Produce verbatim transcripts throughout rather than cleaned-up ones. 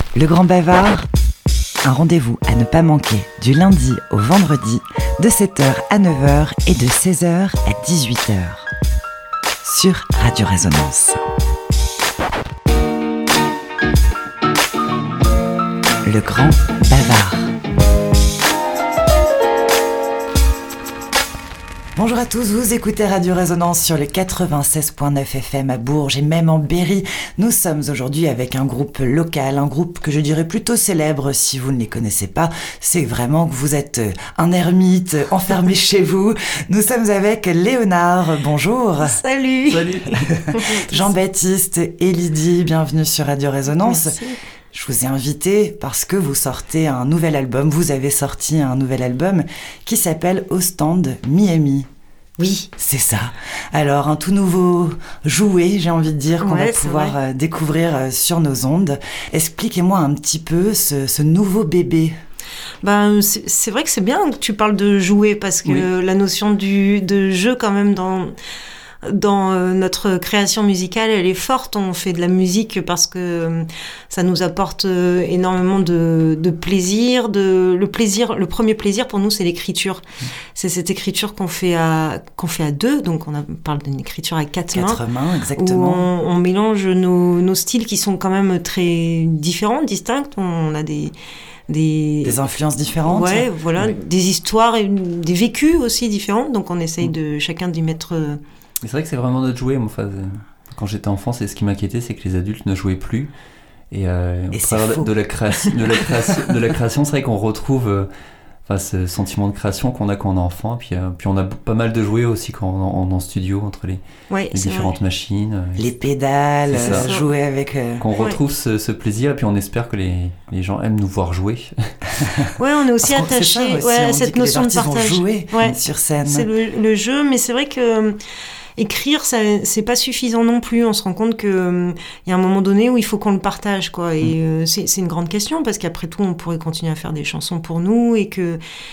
Le Grand Bavard, un rendez-vous à ne pas manquer du lundi au vendredi de sept heures à neuf heures et de seize heures à dix-huit heures sur Radio Résonance. Le Grand Bavard. Bonjour à tous, vous écoutez Radio Résonance sur le quatre-vingt-seize virgule neuf F M à Bourges et même en Berry. Nous sommes aujourd'hui avec un groupe local, un groupe que je dirais plutôt célèbre si vous ne les connaissez pas. C'est vraiment que vous êtes un ermite enfermé chez vous. Nous sommes avec Léonard, bonjour. Salut. Salut. Jean-Baptiste et Lydie, bienvenue sur Radio Résonance. Merci. Je vous ai invité parce que vous sortez un nouvel album, vous avez sorti un nouvel album qui s'appelle Au Stand Miami. Oui. C'est ça. Alors, un tout nouveau jouet, j'ai envie de dire, qu'on Ouais, va c'est pouvoir vrai. euh, découvrir euh, sur nos ondes. Expliquez-moi un petit peu ce, ce nouveau bébé. Ben, c'est, c'est vrai que c'est bien que tu parles de jouer parce que Oui. la notion du, de jeu quand même dans... Dans euh, notre création musicale, elle est forte. On fait de la musique parce que euh, ça nous apporte euh, énormément de, de plaisir. De, le plaisir, le premier plaisir pour nous, c'est l'écriture. Mmh. C'est cette écriture qu'on fait à qu'on fait à deux. Donc on, a, on parle d'une écriture à quatre, Quatre mains. mains, exactement. Où on, on mélange nos, nos styles qui sont quand même très différents, distincts. On a des Des, des influences différentes. Ouais, voilà, Oui. des histoires et des vécus aussi différents. Donc on essaye de chacun d'y mettre. euh, Mais c'est vrai que c'est vraiment notre jouet. Moi, enfin, euh, quand j'étais enfant, c'est ce qui m'inquiétait, c'est que les adultes ne jouaient plus. Et, euh, Et au c'est travers faux. de la création, de la création, de la création, c'est vrai qu'on retrouve euh, enfin, ce sentiment de création qu'on a quand on est enfant. Et puis, euh, puis on a b- pas mal de jouets aussi quand on est en studio entre les, Ouais, les c'est différentes vrai. machines. euh, Les pédales, C'est ça. euh, jouer avec... euh, Qu'on Ouais. retrouve ce, ce plaisir et puis on espère que les, les gens aiment nous voir jouer. Ouais, on est aussi parce qu'on- c'est ça attaché aussi, ouais, on à dit cette que notion de les artistes partage. vont jouer Ouais. sur scène. C'est le, le jeu, mais c'est vrai que euh, écrire, ça, c'est pas suffisant non plus. On se rend compte que euh, il y a un moment donné où il faut qu'on le partage, quoi. Et euh, c'est, c'est une grande question parce qu'après tout, on pourrait continuer à faire des chansons pour nous et que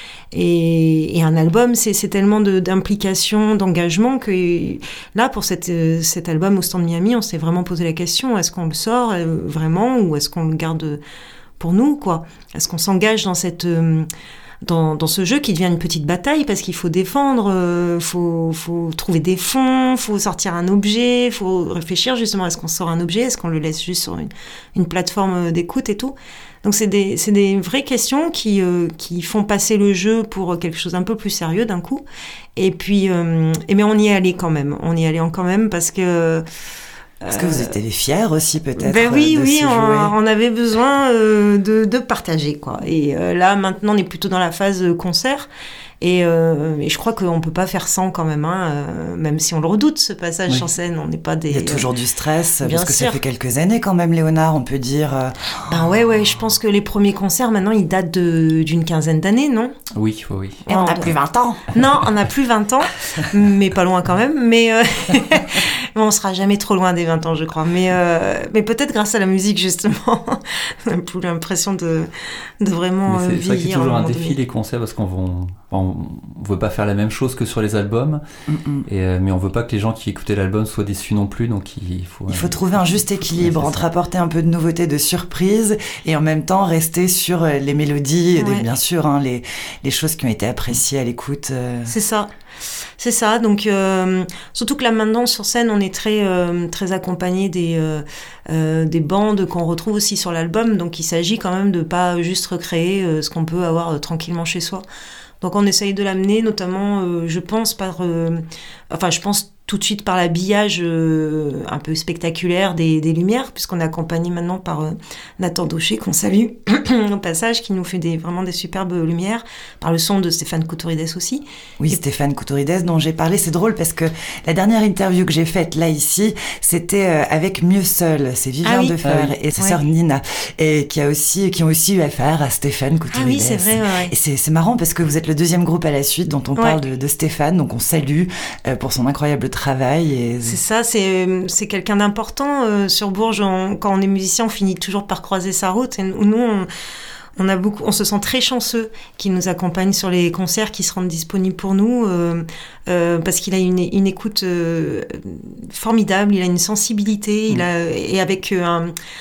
et, et un album, c'est, c'est tellement de, d'implication, d'engagement que là, pour cette, euh, cet album au Stand Miami, on s'est vraiment posé la question est-ce qu'on le sort euh, vraiment ou est-ce qu'on le garde pour nous, quoi? Est-ce qu'on s'engage dans cette euh, Dans, dans ce jeu qui devient une petite bataille parce qu'il faut défendre, euh, faut, faut trouver des fonds, faut sortir un objet, faut réfléchir justement, est-ce qu'on sort un objet, est-ce qu'on le laisse juste sur une, une plateforme d'écoute et tout. Donc c'est des, c'est des vraies questions qui, euh, qui font passer le jeu pour quelque chose d'un peu plus sérieux d'un coup. Et puis, euh, et mais on y est allé quand même, on y est allé quand même parce que... Est-ce que vous étiez fiers aussi peut-être Ben oui, de oui, ces on, jouets on avait besoin euh, de, de partager, quoi. Et euh, là, maintenant, on est plutôt dans la phase euh, concert. Et, euh, et je crois qu'on peut pas faire sans quand même, hein, euh, même si on le redoute, ce passage Oui. sur scène. On n'est pas des... Il y a toujours du stress, Bien parce que ça sûr. fait quelques années quand même, Léonard, on peut dire... euh, Ben ouais, ouais, je pense que les premiers concerts, maintenant, ils datent de, d'une quinzaine d'années, non? Oui, oui, oui. Et on n'a Oh, plus vingt ans. Non, on n'a plus vingt ans, mais pas loin quand même. Mais euh, bon, on sera jamais trop loin des vingt ans, je crois. Mais, euh, mais peut-être grâce à la musique, justement, on a plus l'impression de, de vraiment Mais euh, c'est, c'est vrai que c'est vieillir. à toujours un moment défi donné. les concerts parce qu'on veut, on, on veut pas faire la même chose que sur les albums, Mm-mm. et, euh, mais on veut pas que les gens qui écoutaient l'album soient déçus non plus, donc il faut... Il faut euh, trouver un juste équilibre Ouais, c'est entre ça. apporter un peu de nouveauté, de surprise, et en même temps rester sur euh, les mélodies, et des- Ouais. bien sûr, hein, les, les choses qui ont été appréciées à l'écoute. euh. C'est ça. C'est ça. Donc, euh, surtout que là, maintenant, sur scène, on est très, euh, très accompagné des, euh, euh, des bandes qu'on retrouve aussi sur l'album. Donc, il s'agit quand même de pas juste recréer euh, ce qu'on peut avoir euh, tranquillement chez soi. Donc, on essaye de l'amener, notamment, euh, je pense, par... euh, enfin, je pense tout de suite par l'habillage euh, un peu spectaculaire des, des lumières, puisqu'on est accompagné maintenant par euh, Nathan Daucher, qu'on salue au passage, qui nous fait des, vraiment des superbes lumières, par le son de Stéphane Couturides aussi. Oui, Stéphane Couturides, dont j'ai parlé, c'est drôle parce que la dernière interview que j'ai faite là, ici, c'était euh, avec Mieux Seul, c'est Vivien Ah oui. Defer Ah oui. et sa Ouais. sœur Nina, et qui, a aussi, qui ont aussi eu affaire à Stéphane Couturides. Ah oui, c'est vrai, ouais, ouais. Et c'est, c'est marrant parce que vous êtes le deuxième groupe à la suite dont on Ouais. parle de, de Stéphane, donc on salue euh, pour son incroyable travail. Et... C'est ça, c'est, c'est quelqu'un d'important. Euh, sur Bourges, on- quand on est musicien, on finit toujours par croiser sa route. Et nous, on, on, a beaucoup, on se sent très chanceux qu'il nous accompagne sur les concerts qui se rendent disponibles pour nous, euh, euh, parce qu'il a une, une écoute euh, formidable, il a une sensibilité, il a, et avec euh, un...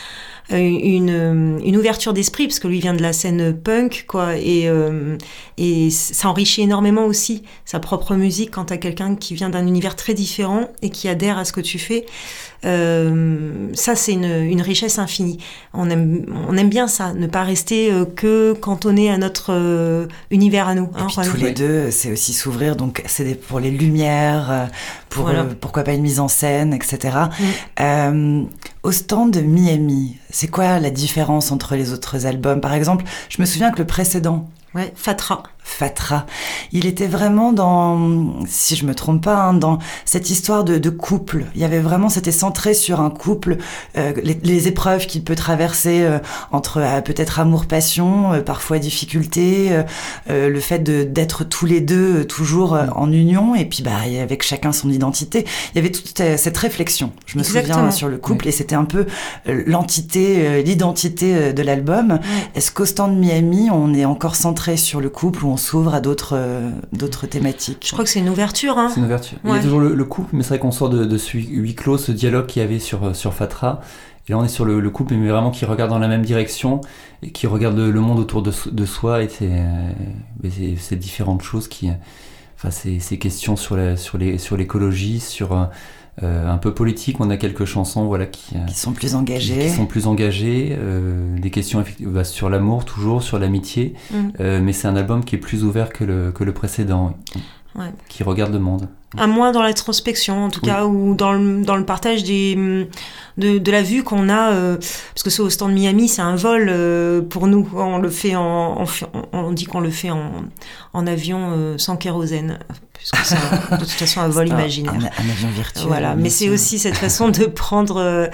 une, une ouverture d'esprit, parce que lui vient de la scène punk, quoi, et, euh, et ça enrichit énormément aussi sa propre musique quand t'as quelqu'un qui vient d'un univers très différent et qui adhère à ce que tu fais. Euh, ça, c'est une, une richesse infinie. On aime, on aime bien ça, ne pas rester euh, que cantonné à notre euh, univers à nous. Et hein, puis tous les deux, c'est aussi s'ouvrir, donc c'est des, pour les lumières, pour voilà. euh, pourquoi pas une mise en scène, et cetera. Mm. Euh, au stand de Miami, c'est quoi la différence entre les autres albums ? Par exemple, je me souviens que le précédent, Ouais, Fatra. Fatra, il était vraiment dans, si je me trompe pas, hein, dans cette histoire de, de couple. Il y avait vraiment, c'était centré sur un couple, euh, les, les épreuves qu'il peut traverser euh, entre euh, peut-être amour-passion, euh, parfois difficulté, euh, euh, le fait de d'être tous les deux euh, toujours euh, en union, et puis bah avec chacun son identité. Il y avait toute euh, cette réflexion. Je me Exactement. souviens sur le couple, oui. Et c'était un peu euh, l'entité, euh, l'identité euh, de l'album. Ouais. Est-ce qu'au stand Miami, on est encore centré sur le couple ou on s'ouvre à d'autres, euh, d'autres thématiques? Je crois que c'est une ouverture. Hein. C'est une ouverture. Ouais. Il y a toujours le, le couple, mais c'est vrai qu'on sort de, de ce huis clos, ce dialogue qu'il y avait sur, sur Fatra. Et là, on est sur le, le couple, mais vraiment qui regarde dans la même direction et qui regarde le, le monde autour de, de soi et c'est, euh, c'est, c'est différentes choses qui. Enfin, ces, ces questions sur, la, sur, les, sur l'écologie, sur. Euh, un peu politique, on a quelques chansons voilà, qui, qui sont plus engagées. Qui, qui sont plus engagées, euh, des questions bah, sur l'amour, toujours, sur l'amitié, mm. euh, mais c'est un album qui est plus ouvert que le, que le précédent, ouais. Qui regarde le monde. À moins dans l'introspection, en tout oui. cas, ou dans le, dans le partage des, de, de la vue qu'on a, euh, parce que ce au stand Miami, c'est un vol euh, pour nous. On le fait en, en on dit qu'on le fait en, en avion euh, sans kérosène, puisque c'est un, de toute façon un vol imaginaire. Un, un avion virtuel. Voilà, mais c'est aussi cette façon de prendre euh,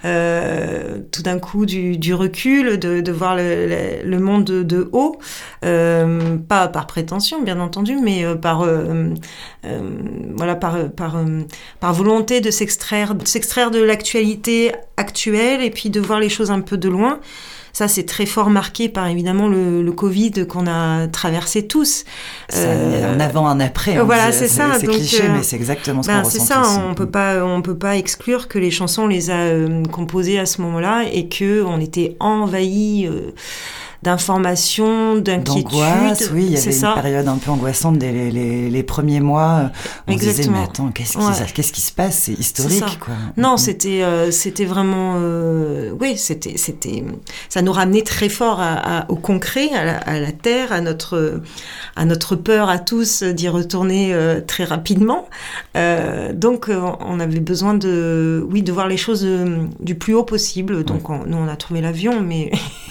euh, tout d'un coup du, du recul, de, de voir le, le, le monde de, de haut, euh, pas par prétention, bien entendu, mais euh, par euh, euh, voilà, par, par, euh, par volonté de s'extraire, de s'extraire de l'actualité actuelle et puis de voir les choses un peu de loin. Ça, c'est très fort marqué par, évidemment, le, le Covid qu'on a traversé tous. C'est euh, un avant, un après. Voilà, dit, c'est, c'est ça. C'est donc, cliché, euh, mais c'est exactement ce ben, qu'on c'est ressent ça, tous. on peut pas, on peut pas exclure que les chansons, on les a euh, composées à ce moment-là et qu'on était envahis... Euh, d'informations, d'inquiétudes. D'angoisse, oui, il y avait c'est une ça. période un peu angoissante dès les, les, les premiers mois. On Exactement. se disait, mais attends, qu'est-ce qui, ouais. qu'est-ce qui se passe ? C'est historique, c'est quoi. Non, mm-hmm. c'était, euh, c'était vraiment... Euh, oui, c'était, c'était... Ça nous ramenait très fort à, à, au concret, à la, à la terre, à notre, à notre peur à tous d'y retourner euh, très rapidement. Euh, donc, euh, on avait besoin de, oui, de voir les choses euh, du plus haut possible. Donc, ouais. on, nous, on a trouvé l'avion, mais...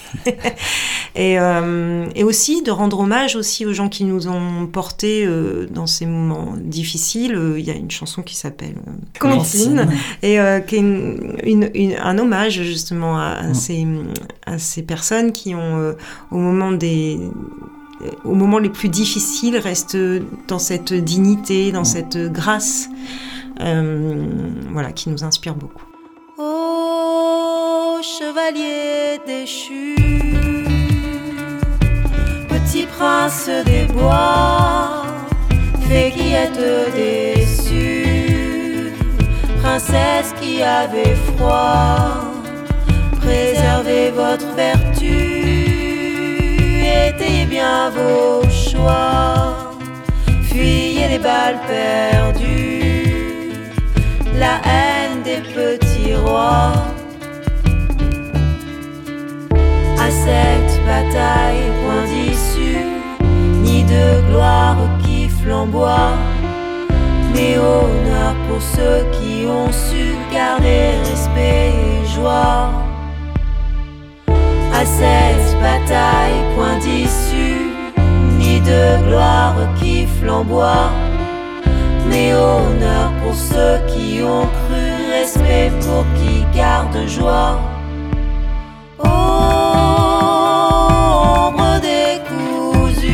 Et, euh, et aussi de rendre hommage aussi aux gens qui nous ont portés euh, dans ces moments difficiles. Il y a une chanson qui s'appelle euh, Clémentine et euh, qui est une, une, une, un hommage justement à, à, mmh. ces, à ces personnes qui ont euh, au moment des au moment les plus difficiles restent dans cette dignité, dans mmh. cette grâce, euh, voilà, qui nous inspire beaucoup. Ô chevalier déchu, petit prince des bois, fée qui êtes déçue, princesse qui avait froid, préservez votre vertu, étayez bien vos choix, fuyez les balles perdues, la haine des petits rois. À cette bataille, point d'issue, ni de gloire qui flamboie, mais honneur pour ceux qui ont su garder respect et joie. À cette bataille, point d'issue, ni de gloire qui flamboie, mais honneur pour ceux qui ont cru, respect pour qui garde joie. Oh, ombre décousue,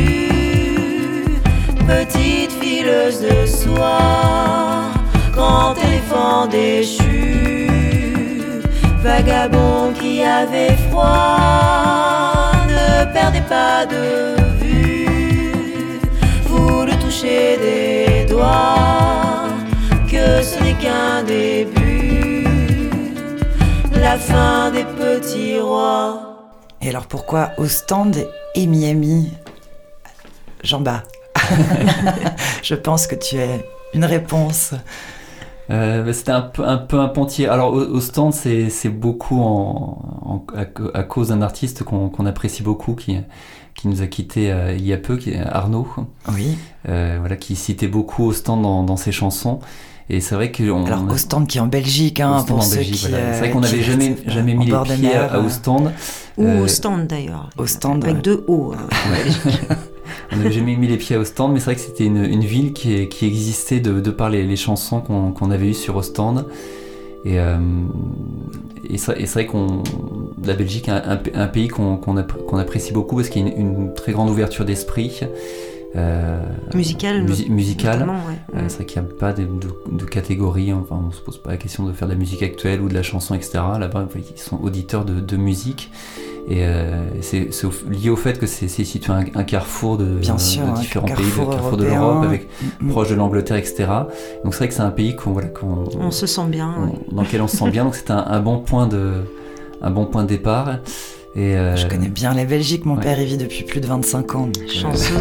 petite fileuse de soie, grand éléphant déchu, vagabond qui avait froid, ne perdez pas de vue, vous le touchez des doigts, que ce n'est qu'un début. la fin des petits rois. Et alors pourquoi Ostende et Miami, Jean-Bas? Je pense que tu as une réponse. Euh, bah, c'était un peu, un peu un pontier. Alors Ostende, c'est, c'est beaucoup en, en, à, à cause d'un artiste qu'on, qu'on apprécie beaucoup, qui, qui nous a quittés euh, il y a peu, qui est Arnaud. Oui. Euh, voilà, qui citait beaucoup Ostende dans, dans ses chansons. Et c'est vrai que on, alors Ostende qui est en Belgique, hein, Ostende pour en ceux Belgique, qui, voilà. euh, C'est vrai qu'on n'avait jamais jamais mis les pieds à, à Ostende. Ou euh, Ostende d'ailleurs. Ostende avec ouais. deux O. Euh, On n'avait jamais mis les pieds à Ostende, mais c'est vrai que c'était une, une ville qui, qui existait de, de par les, les chansons qu'on, qu'on avait eues sur Ostende. Et, euh, et, ça, et c'est vrai qu'on la Belgique est un, un, un pays qu'on, qu'on, appré, qu'on apprécie beaucoup parce qu'il y a une, une très grande ouverture d'esprit. Euh, musical, musi- musical. Ouais. Euh, c'est vrai qu'il n'y a pas de, de, de catégorie, enfin, on ne se pose pas la question de faire de la musique actuelle ou de la chanson, et cetera. Là-bas, ils sont auditeurs de, de musique. Et euh, c'est, c'est lié au fait que c'est, c'est situé un, un carrefour de, Bien sûr, de différents un pays, carrefour de carrefour de européen. l'Europe, avec Mm-hmm. proche de l'Angleterre, et cetera. Donc c'est vrai que c'est un pays qu'on, voilà, qu'on, On se sent bien. on, Ouais. dans lequel on se sent bien. Donc c'est un, un bon point de, un bon point de départ. Et euh, Je connais bien la Belgique, mon ouais. père y vit depuis plus de vingt-cinq ans. Donc, Chanceuse.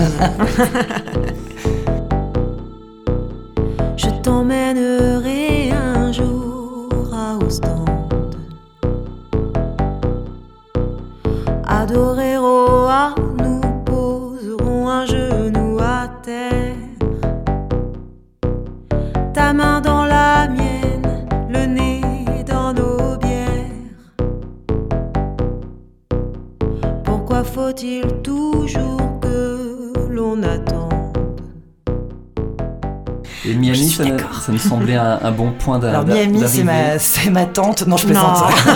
Je t'emmènerai un jour à Ostende. À Doréroa, nous poserons un genou à terre. Ta main dans la mienne, le nez dans nos bières. Pourquoi faut-il toujours que l'on attende? Et Miami, Je suis ça, me- d'accord. ça me semblait un, un bon point d'a- Alors d'a- Miami, c'est d'arrivée. ma, c'est ma tante. Non, je plaisante.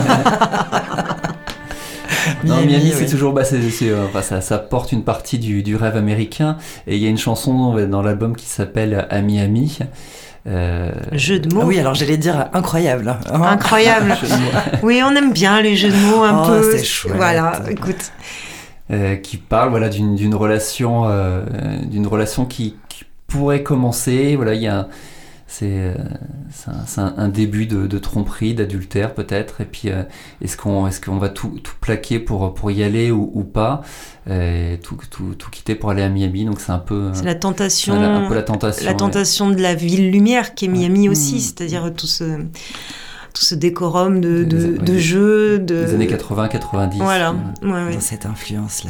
Non, Miami, Miami, c'est oui. toujours, bah, c'est, c'est, euh, enfin, ça, ça porte une partie du, du rêve américain. Et il y a une chanson dans l'album qui s'appelle À Miami. Euh, Jeu de mots. Ah oui, alors j'allais dire incroyable. hein. Incroyable. Oui, on aime bien les jeux de mots un Oh, peu. c'est chouette. Voilà, écoute. euh, qui parle, voilà, d'une, d'une relation, euh, d'une relation qui, qui pourrait commencer. Voilà, il y a, c'est, euh, c'est, un, c'est un, un début de, de tromperie, d'adultère peut-être. Et puis, euh, est-ce qu'on, est-ce qu'on va tout, tout plaquer pour, pour y aller ou, ou pas, et tout, tout, tout quitter pour aller à Miami. Donc c'est un peu, C'est la tentation. voilà, un peu la tentation. La ouais. tentation de la ville lumière qui est Miami Mmh. aussi, c'est-à-dire tout ce, tout ce décorum de, Des- de, ouais, de des- jeux. De... Des années quatre-vingts quatre-vingt-dix. Voilà, euh, ouais, ouais. Dans cette influence-là.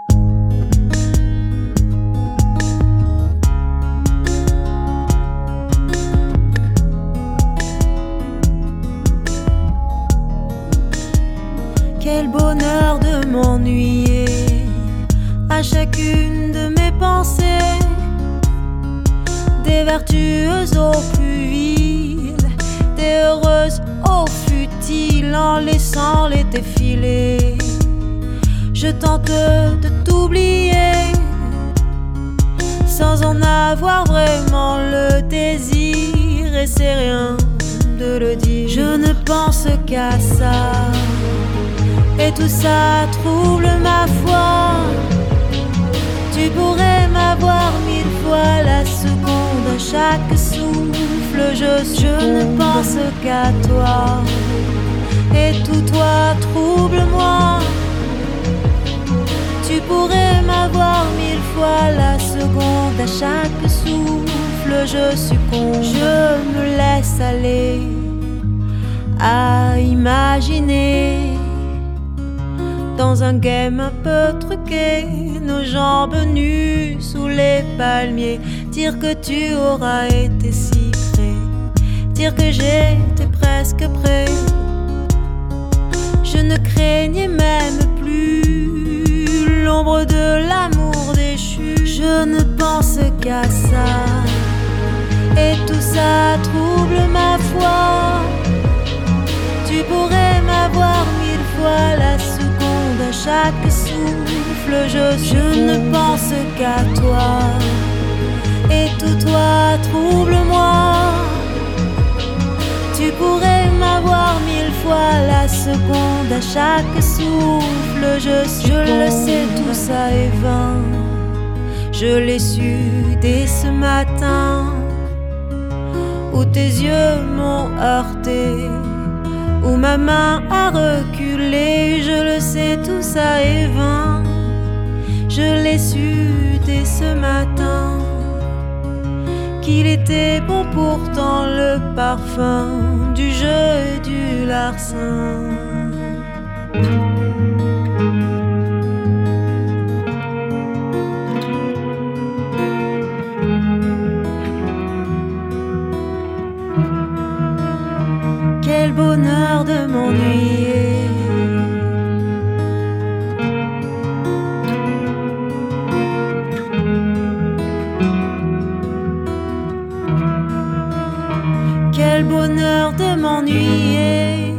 Quel bonheur de m'ennuyer à chacune de mes pensées, des vertueuses au plus viles, des heureuses au futile, en laissant l'été filer. Je tente de t'oublier sans en avoir vraiment le désir, et c'est rien de le dire. Je ne pense qu'à ça, et tout ça trouble ma foi. Tu pourrais m'avoir mille fois la seconde, à chaque souffle je, je ne pense qu'à toi. Et tout toi trouble-moi. Tu pourrais m'avoir mille fois la seconde, à chaque souffle je succombe. Je me laisse aller à imaginer dans un game un peu truqué, nos jambes nues sous les palmiers. Dire que tu auras été si près, dire que j'étais presque près. Je ne craignais même plus l'ombre de l'amour déchu. Je ne pense qu'à ça, et tout ça trouble ma foi. Tu pourrais m'avoir mille fois la seconde, à chaque souffle je, je ne pense qu'à toi. Et tout toi trouble-moi. Tu pourrais m'avoir mille fois la seconde, à chaque souffle je, je le sais, tout ça est vain. Je l'ai su dès ce matin, où tes yeux m'ont heurté, où ma main a reculé. Je le sais, tout ça est vain. Je l'ai su dès ce matin qu'il était bon pourtant le parfum du jeu et du larcin. Quel bonheur de m'ennuyer. Quel bonheur de m'ennuyer.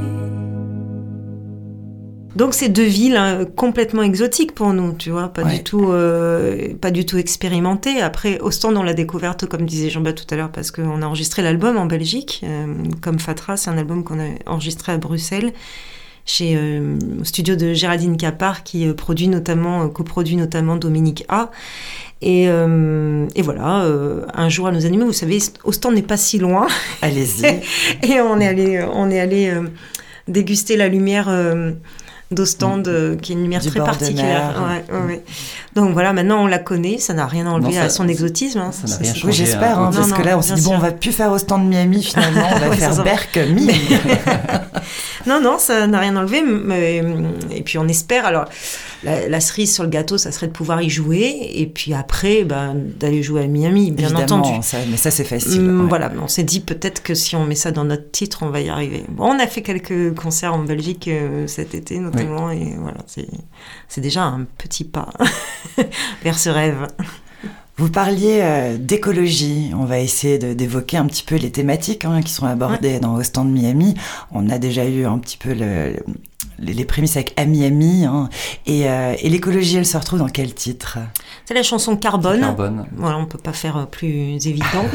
Donc c'est deux villes hein, complètement exotiques pour nous, tu vois, pas Ouais. du tout, euh, pas du tout expérimentées. Après, Ostende, on l'a découverte, comme disait Jean-Baptiste tout à l'heure, parce qu'on a enregistré l'album en Belgique. Euh, comme Fatra, c'est un album qu'on a enregistré à Bruxelles, chez euh, au studio de Géraldine Capard, qui euh, produit notamment, euh, coproduit notamment Dominique A. Et, euh, et voilà, euh, un jour à nos animaux, vous savez, Ostende n'est pas si loin. Allez-y. Et on est allé, on est allé euh, déguster la lumière euh, d'Ostende, euh, qui est une lumière Du très bord de particulière. mer. Ouais, ouais, ouais. Donc voilà, maintenant on la connaît, ça n'a rien enlevé Non, ça- à son exotisme. Hein. ça n'a C'est- rien c'est- changé. Oui, j'espère, hein, Non, parce non, que là, on s'est bien dit, bon, sûr. on va plus faire au stand Miami, finalement, on va Ouais, faire ça, ça va. Berck, Miami. Non, non, ça n'a rien enlevé. Mais, et puis on espère. Alors, la, la cerise sur le gâteau, ça serait de pouvoir y jouer. Et puis après, ben, d'aller jouer à Miami, bien Évidemment, entendu. ça, mais ça, c'est facile. Hum, ouais. Voilà, on s'est dit peut-être que si on met ça dans notre titre, on va y arriver. Bon, on a fait quelques concerts en Belgique euh, cet été notamment, et voilà, c'est, c'est déjà un petit pas vers ce rêve. Vous parliez euh, d'écologie. On va essayer de, d'évoquer un petit peu les thématiques hein, qui sont abordées ouais. dans Au stand Miami. On a déjà eu un petit peu le, le, les, les prémices avec Amiami. Hein. Et, euh, et l'écologie, elle se retrouve dans quel titre ? C'est la chanson Carbone. Carbone. Voilà, on ne peut pas faire plus évident.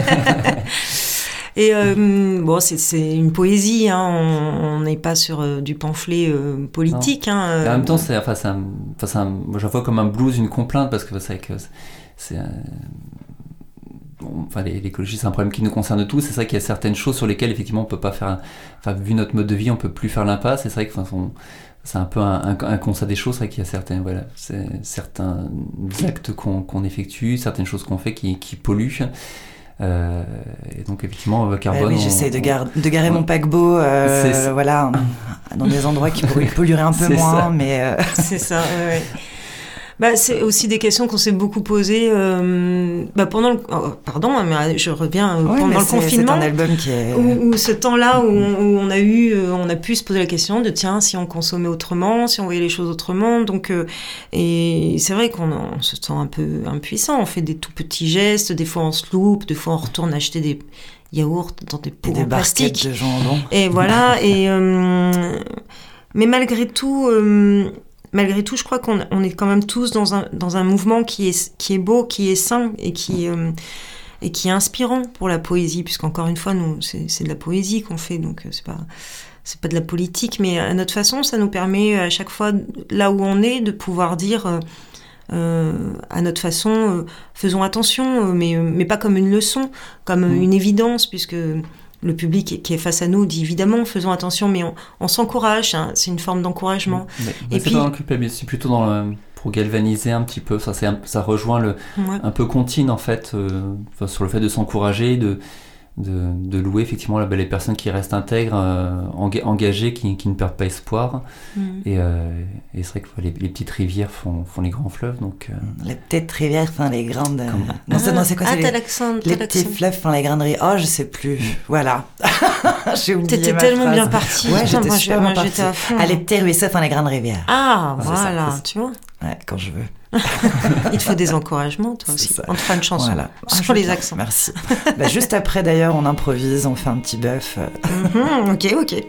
Et euh, bon, c'est, c'est une poésie, hein. On n'est pas sur euh, du pamphlet euh, politique. Hein, euh. En même temps, c'est, enfin, c'est un, enfin, c'est un, moi, je vois comme un blues, une complainte, parce que c'est vrai que c'est, un, bon, enfin, l'écologie, c'est un problème qui nous concerne tous. C'est vrai qu'il y a certaines choses sur lesquelles, effectivement, on peut pas faire, un, enfin, vu notre mode de vie, on peut plus faire l'impasse. Et c'est vrai que, enfin, on, c'est un peu un, un, un constat des choses, c'est vrai qu'il y a certains, voilà, c'est, certains actes qu'on, qu'on effectue, certaines choses qu'on fait qui, qui polluent. Euh, et donc effectivement Carbone. Bah oui, j'essaie de, gar- de garer on... mon paquebot, euh, voilà, dans des endroits qui pollueraient un peu c'est moins, ça. mais euh... c'est ça. Ouais. Bah, c'est aussi des questions qu'on s'est beaucoup posées euh, bah, pendant le oh, pardon mais je reviens euh, oui, pendant le c'est, confinement. C'est un album qui est où, où ce temps-là où on, où on a eu euh, on a pu se poser la question de tiens si on consommait autrement, si on voyait les choses autrement. Donc euh, et c'est vrai qu'on on se sent un peu impuissant. On fait des tout petits gestes, des fois on se loupe, des fois on retourne acheter des yaourts dans des pots en plastique. De jambon. Et voilà et euh, mais malgré tout. Euh, Malgré tout, je crois qu'on on est quand même tous dans un, dans un mouvement qui est, qui est beau, qui est sain et qui, euh, et qui est inspirant pour la poésie, puisqu'encore une fois, nous, c'est, c'est de la poésie qu'on fait, donc c'est pas, c'est pas de la politique, mais à notre façon, ça nous permet à chaque fois, là où on est, de pouvoir dire euh, euh, à notre façon, euh, faisons attention, mais, mais pas comme une leçon, comme mmh. une évidence, puisque... Le public qui est face à nous dit évidemment faisons attention, mais on, on s'encourage, hein, c'est une forme d'encouragement. Mais, et c'est puis, pas dans le culpabilité, c'est plutôt dans le, pour galvaniser un petit peu. Ça, c'est un, ça rejoint le ouais. un peu Contine en fait, euh, sur le fait de s'encourager, de de, de louer effectivement là, les personnes qui restent intègres, euh, engagées, qui, qui ne perdent pas espoir. Mm. Et, euh, et c'est vrai que les, les petites rivières font, font les grands fleuves. Donc, euh... les petites rivières font les grandes... Comme... Non, c'est, non, c'est quoi ah, c'est t'as les... l'accent, t'as les l'accent. petits fleuves font les grandes rivières. Oh, je sais plus. Voilà. J'ai oublié T'étais ma tellement phrase. bien partie. Ouais, j'étais moi, super moi, bien j'étais à fond. Ah, les petits ruisseaux font les grandes rivières. Ah, c'est voilà, ça, tu vois. Ouais, quand je veux. Il te faut des encouragements, toi aussi. On te fera une chanson. Voilà. Sur ah, les accents. Merci. bah, juste après, d'ailleurs, on improvise, on fait un petit bœuf. mm-hmm, ok, ok.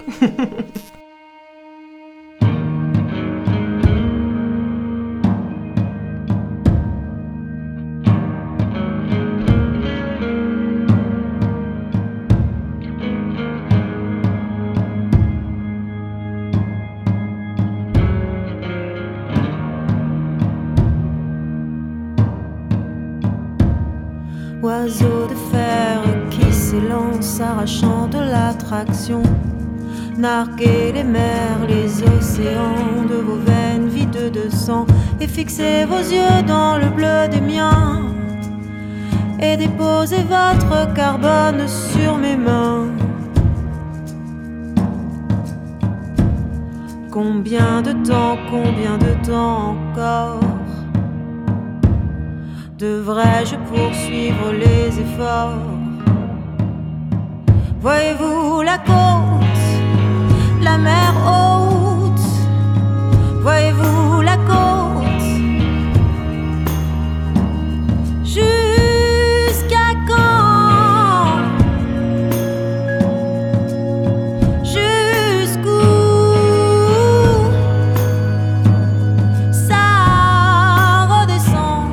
Oiseau de fer qui s'élance, arrachant de l'attraction. narguez les mers, les océans de vos veines vides de sang, et fixez vos yeux dans le bleu des miens, et déposez votre carbone sur mes mains. Combien de temps, combien de temps encore devrais-je poursuivre les efforts? Voyez-vous la côte, la mer haute? Voyez-vous la côte? Jusqu'à quand? Jusqu'où ça redescend?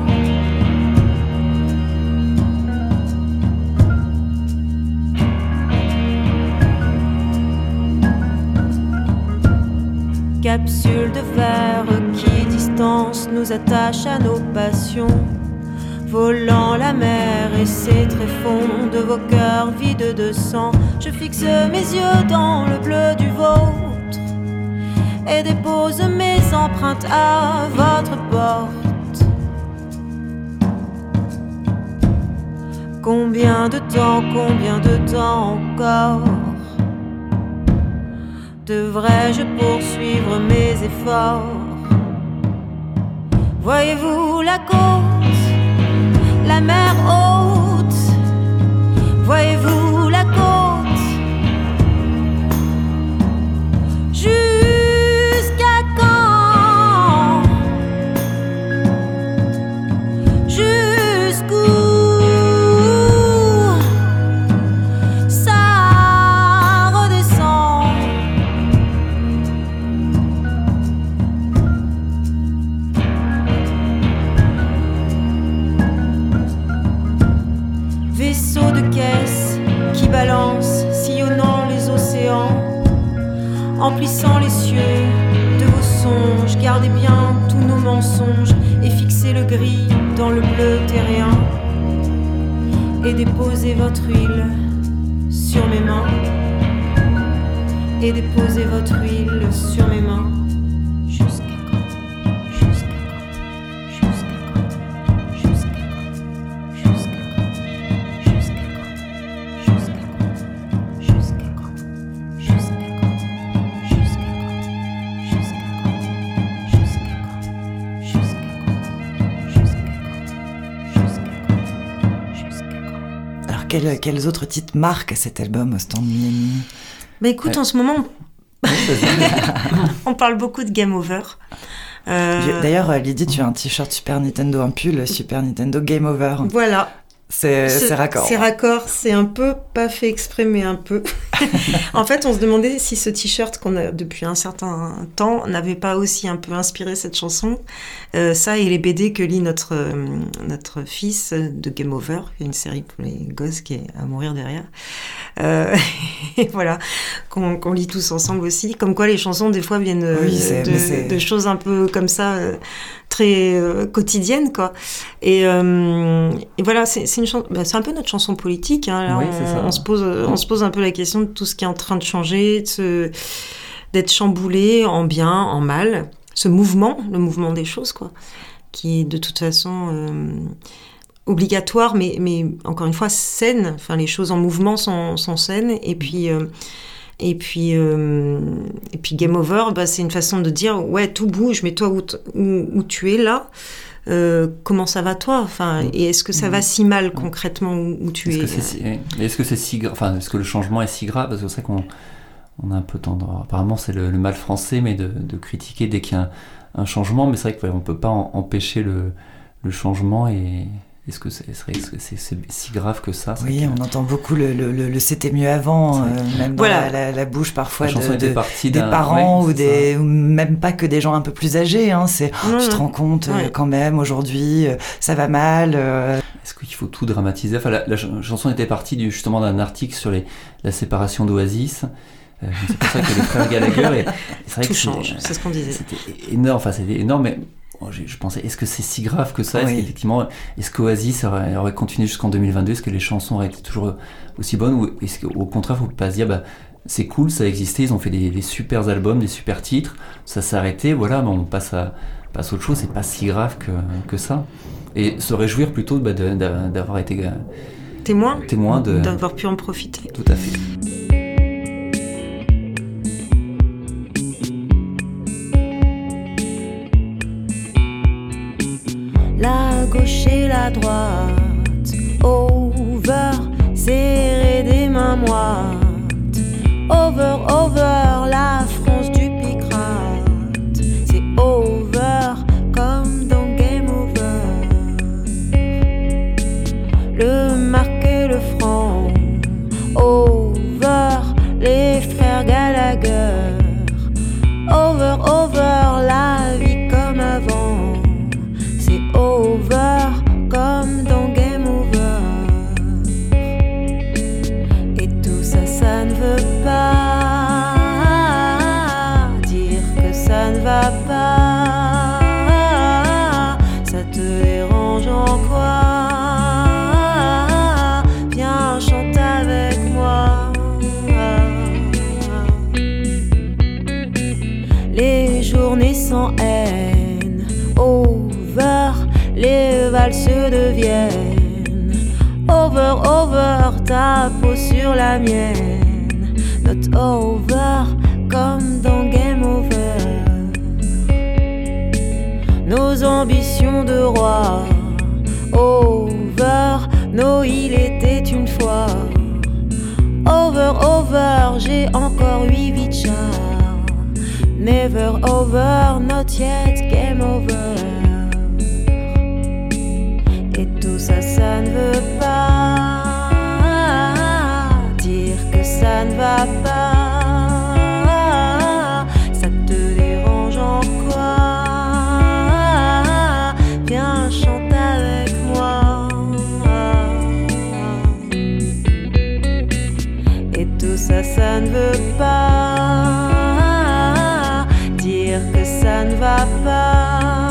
Capsule de verre qui distance nous attache à nos passions, volant la mer et ses tréfonds de vos cœurs vides de sang. Je fixe mes yeux dans le bleu du vôtre et dépose mes empreintes à votre porte. Combien de temps, combien de temps encore devrais-je poursuivre mes efforts? Voyez-vous la côte, la mer haute? Voyez-vous la côte? Jusqu'à quand? Jusqu'où ça redescend? Vaisseau de caisse qui balance, sillonnant les océans, emplissant les cieux de vos songes. Gardez bien tous nos mensonges et fixez le gris dans le bleu terrien, et déposez votre huile sur mes mains, et déposez votre huile sur mes mains. Jusqu'à quand? Jusqu'à quand? Jusqu'à quand? Jusqu'à quand? Jusqu'à quand? Jusqu'à quand? Jusqu'à quand? Jusqu'à quand? Jusqu'à quand? Jusqu'à quand? Jusqu'à quand? Jusqu'à quand? Jusqu'à quand? Jusqu'à quand? Alors, quels, quels autres titres marquent cet album, Stand Miami? Bah écoute, Ouais. en ce moment, on parle beaucoup de Game Over. Euh, D'ailleurs, Lydie, tu as un t-shirt Super Nintendo, un pull Super Nintendo Game Over. Voilà. C'est c'est raccord. C'est raccord, c'est un peu pas fait exprès, mais un peu. En fait, on se demandait si ce t-shirt qu'on a depuis un certain temps n'avait pas aussi un peu inspiré cette chanson. Euh, ça et les B D que lit notre, euh, notre fils de Game Over, qui est une série pour les gosses qui est à mourir derrière. Euh, et voilà, qu'on qu'on lit tous ensemble aussi. Comme quoi les chansons, des fois, viennent euh, Oui, c'est- mais c'est- de, de choses un peu comme ça, euh, très euh, quotidiennes, quoi. Et, euh, et voilà, c'est c'est une chan- bah, c'est un peu notre chanson politique. Hein. Là, Oui, on, c'est ça. on se pose, on se pose un peu la question de tout ce qui est en train de changer, de se- d'être chamboulé en bien, en mal. Ce mouvement, le mouvement des choses, quoi, qui est de toute façon euh, obligatoire, mais, mais encore une fois saine. Enfin, les choses en mouvement sont, sont saines. Et puis, euh, et puis, euh, et puis Game Over, bah, c'est une façon de dire ouais, tout bouge, mais toi où, t- où, où tu es là. Euh, comment ça va toi, enfin, et est-ce que ça va si mal concrètement où, où tu Est-ce es que c'est si, et est-ce que c'est si gra- enfin, est-ce que le changement est si grave? Parce que c'est vrai qu'on on a un peu tendance, apparemment c'est le, le mal français, mais de, de critiquer dès qu'il y a un, un changement, mais c'est vrai qu'on ne peut pas en- empêcher le, le changement. Et est-ce que c'est est-ce que c'est c'est si grave que ça? C'est Oui, que on entend beaucoup le, le, le, le c'était mieux avant, euh, même dans Voilà. la, la, la bouche parfois la chanson de, était de- partie des d'un- parents ouais, ou, c'est des, ou même pas que des gens un peu plus âgés. Hein, c'est oh, Ouais, tu te ouais. rends compte euh, Ouais. quand même aujourd'hui, euh, ça va mal. euh. Est-ce qu'il faut tout dramatiser? Enfin, la, la ch- chanson était partie du, justement d'un article sur les, la séparation d'Oasis. Euh, c'est pour ça que les frères Gallagher. Et, et c'est vrai Tout que c'est- change, c'est ce qu'on disait. C'était énorme. Enfin, c'était énorme, mais bon, je, je pensais, est-ce que c'est si grave que ça? Est-ce Oui. qu'effectivement, est-ce qu'Oasis aurait, aurait continué jusqu'en deux mille vingt-deux? Est-ce que les chansons auraient été toujours aussi bonnes? Ou est-ce qu'au contraire, il ne faut pas se dire, bah, c'est cool, ça a existé, ils ont fait des, des super albums, des super titres, ça s'est arrêté, voilà, on passe à, passe à autre chose, c'est pas si grave que, que ça. Et se réjouir plutôt bah, de, de, d'avoir été euh, témoin, témoin de... d'avoir pu en profiter. Tout à fait. La gauche et la droite, over, serrer des mains moites. Over, over, la France du picrate. C'est over, comme dans Game Over. Le marque et le franc, over, les frères Gallagher. Over, over, la vie comme avant. Over, comme dans Game Over. Et tout ça, ça ne veut pas dire que ça ne va pas. Ça te dérange en quoi? Viens, chante avec moi. Les journées sans haine, over, les valses deviennent over, over, ta peau sur la mienne. Not over, comme dans Game Over. Nos ambitions de roi, over, no, il était une fois. Over, over, j'ai encore huit vies de char. Never over, not yet game over. Ça, ça ne veut pas dire que ça ne va pas. Ça te dérange en quoi? Viens, chante avec moi. Et tout ça, ça ne veut pas dire que ça ne va pas.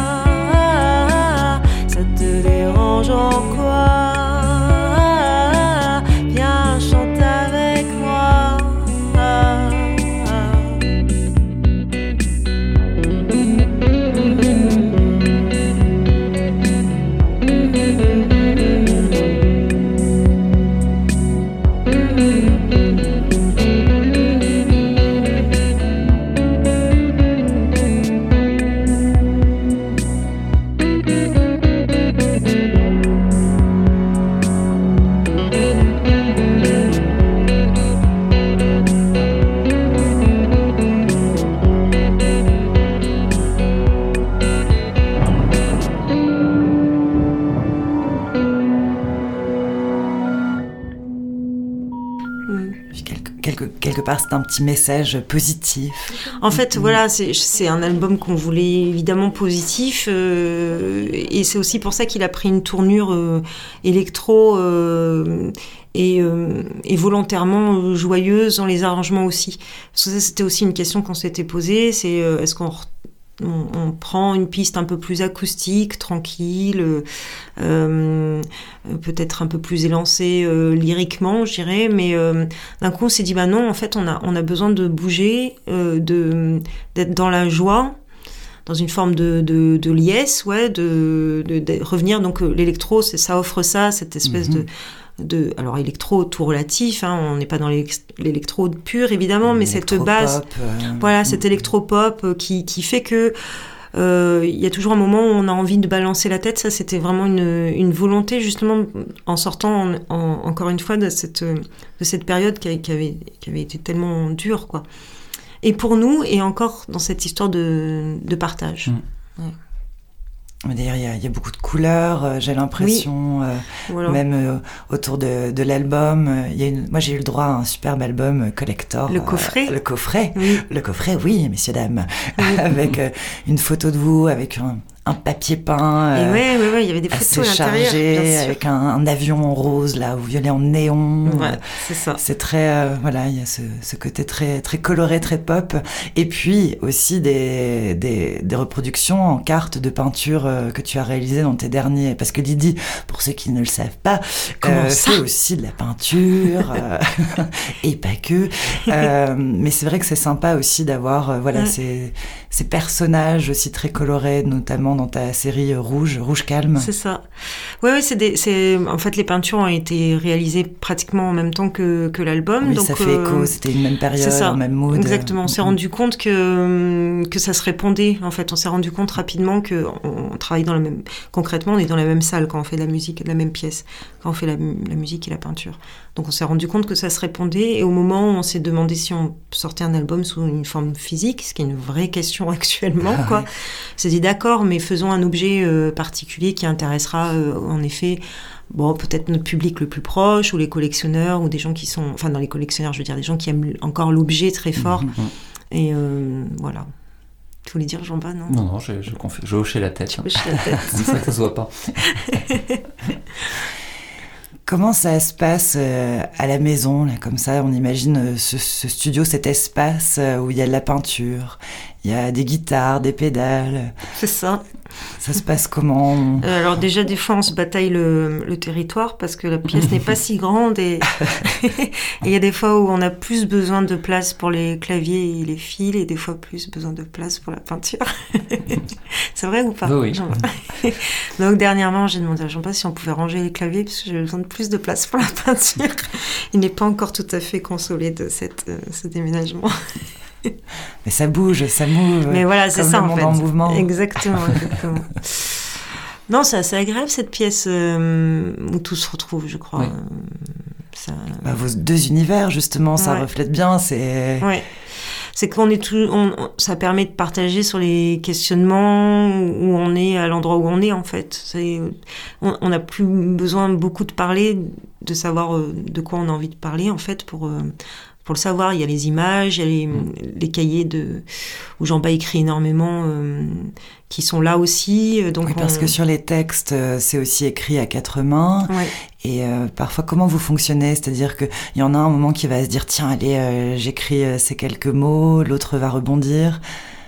En quoi? Viens, chante avec moi. Quelque part, c'est un petit message positif. En fait, mmh. voilà, c'est, c'est un album qu'on voulait évidemment positif, euh, et c'est aussi pour ça qu'il a pris une tournure euh, électro euh, et, euh, et volontairement joyeuse dans les arrangements aussi. Parce que ça, c'était aussi une question qu'on s'était posée, c'est euh, est-ce qu'on On, on prend une piste un peu plus acoustique, tranquille, euh, peut-être un peu plus élancée euh, lyriquement, je dirais, mais euh, d'un coup on s'est dit bah non, en fait on a on a besoin de bouger, euh, de d'être dans la joie, dans une forme de de, de liesse, ouais, de, de, de revenir. Donc euh, l'électro, c'est, ça offre ça, cette espèce mm-hmm. de De, alors électro, tout relatif, hein, on n'est pas dans l'électro pur évidemment, mais cette base, euh... voilà, cet électro-pop euh, qui, qui fait que il euh, y a toujours un moment où on a envie de balancer la tête. Ça, c'était vraiment une, une volonté, justement, en sortant en, en, encore une fois de cette, de cette période qui, qui, avait, qui avait été tellement dure, quoi. Et pour nous, et encore dans cette histoire de, de partage. Mmh. Ouais. D'ailleurs, il y, a, il y a beaucoup de couleurs, euh, j'ai l'impression, oui. euh, voilà. même euh, autour de, de l'album. Euh, il y a une, moi, j'ai eu le droit à un superbe album collector. Le coffret. Euh, le coffret, oui. le coffret, oui, messieurs, dames. Oui. Avec euh, une photo de vous, avec un, un papier peint. Et euh, ouais, ouais, ouais, il y avait des photos assez à l'intérieur, chargé, bien sûr. avec un, un avion en rose là, ou violet en néon. Ouais, c'est ça. C'est très, euh, voilà, il y a ce, ce côté très, très coloré, très pop. Et puis aussi des, des, des reproductions en cartes de peinture euh, que tu as réalisées dans tes derniers. Parce que Lydie, pour ceux qui ne le savent pas, euh, fait aussi de la peinture euh, et pas que. Euh, mais c'est vrai que c'est sympa aussi d'avoir, euh, voilà, ouais. ces, ces personnages aussi très colorés, notamment dans ta série Rouge, Rouge Calme. C'est ça. Oui, ouais, c'est des, c'est, en fait, les peintures ont été réalisées pratiquement en même temps que, que l'album. Oui, donc, ça fait écho, euh, c'était une même période, un même mood. Exactement, on s'est rendu compte que, que ça se répondait. En fait, on s'est rendu compte rapidement qu'on travaille dans la même... Concrètement, on est dans la même salle quand on fait de la musique, de la même pièce, quand on fait la, la musique et la peinture. Donc, on s'est rendu compte que ça se répondait. Et au moment où on s'est demandé si on sortait un album sous une forme physique, ce qui est une vraie question actuellement, quoi, ouais. on s'est dit d'accord, mais faisons un objet euh, particulier qui intéressera euh, en effet... Bon, peut-être notre public le plus proche, ou les collectionneurs, ou des gens qui sont... Enfin, dans les collectionneurs, je veux dire, des gens qui aiment encore l'objet très fort. Mmh. Et euh, voilà. Tu voulais dire, Jean-Baptiste, non Non, non, je, je, conf... je hochais la tête. Tu hochais la tête. C'est ça que ça se voit pas. Comment ça se passe euh, à la maison, là, comme ça, on imagine euh, ce, ce studio, cet espace euh, où il y a de la peinture, il y a des guitares, des pédales. C'est ça. Ça se passe comment? euh, Alors déjà, des fois, on se bataille le, le territoire parce que la pièce n'est pas si grande et il y a des fois où on a plus besoin de place pour les claviers et les fils et des fois plus besoin de place pour la peinture. C'est vrai ou pas? Oui. oui. Donc dernièrement, j'ai demandé à Jean-Baptiste si on pouvait ranger les claviers parce que j'avais besoin de plus de place pour la peinture. Il n'est pas encore tout à fait consolé de cette, euh, ce déménagement. Mais ça bouge, ça mouve. Mais voilà, c'est comme ça le en monde fait. en mouvement. Exactement, exactement. Non, c'est assez agréable cette pièce euh, où tout se retrouve, je crois. Oui. Ça... Bah, vos deux univers, justement, ça ouais. reflète bien. C'est. Ouais. C'est qu'on est tout, on, ça permet de partager sur les questionnements où on est à l'endroit où on est en fait. C'est, on n'a plus besoin beaucoup de parler, de savoir de quoi on a envie de parler en fait pour. Pour le savoir, il y a les images, il y a les, mmh. les cahiers de, où Jean-Baptiste écrit énormément, euh, qui sont là aussi. Donc oui, parce on... que sur les textes, c'est aussi écrit à quatre mains. Ouais. Et euh, parfois, comment vous fonctionnez? C'est-à-dire qu'il y en a un moment qui va se dire, tiens, allez, euh, j'écris euh, ces quelques mots, l'autre va rebondir.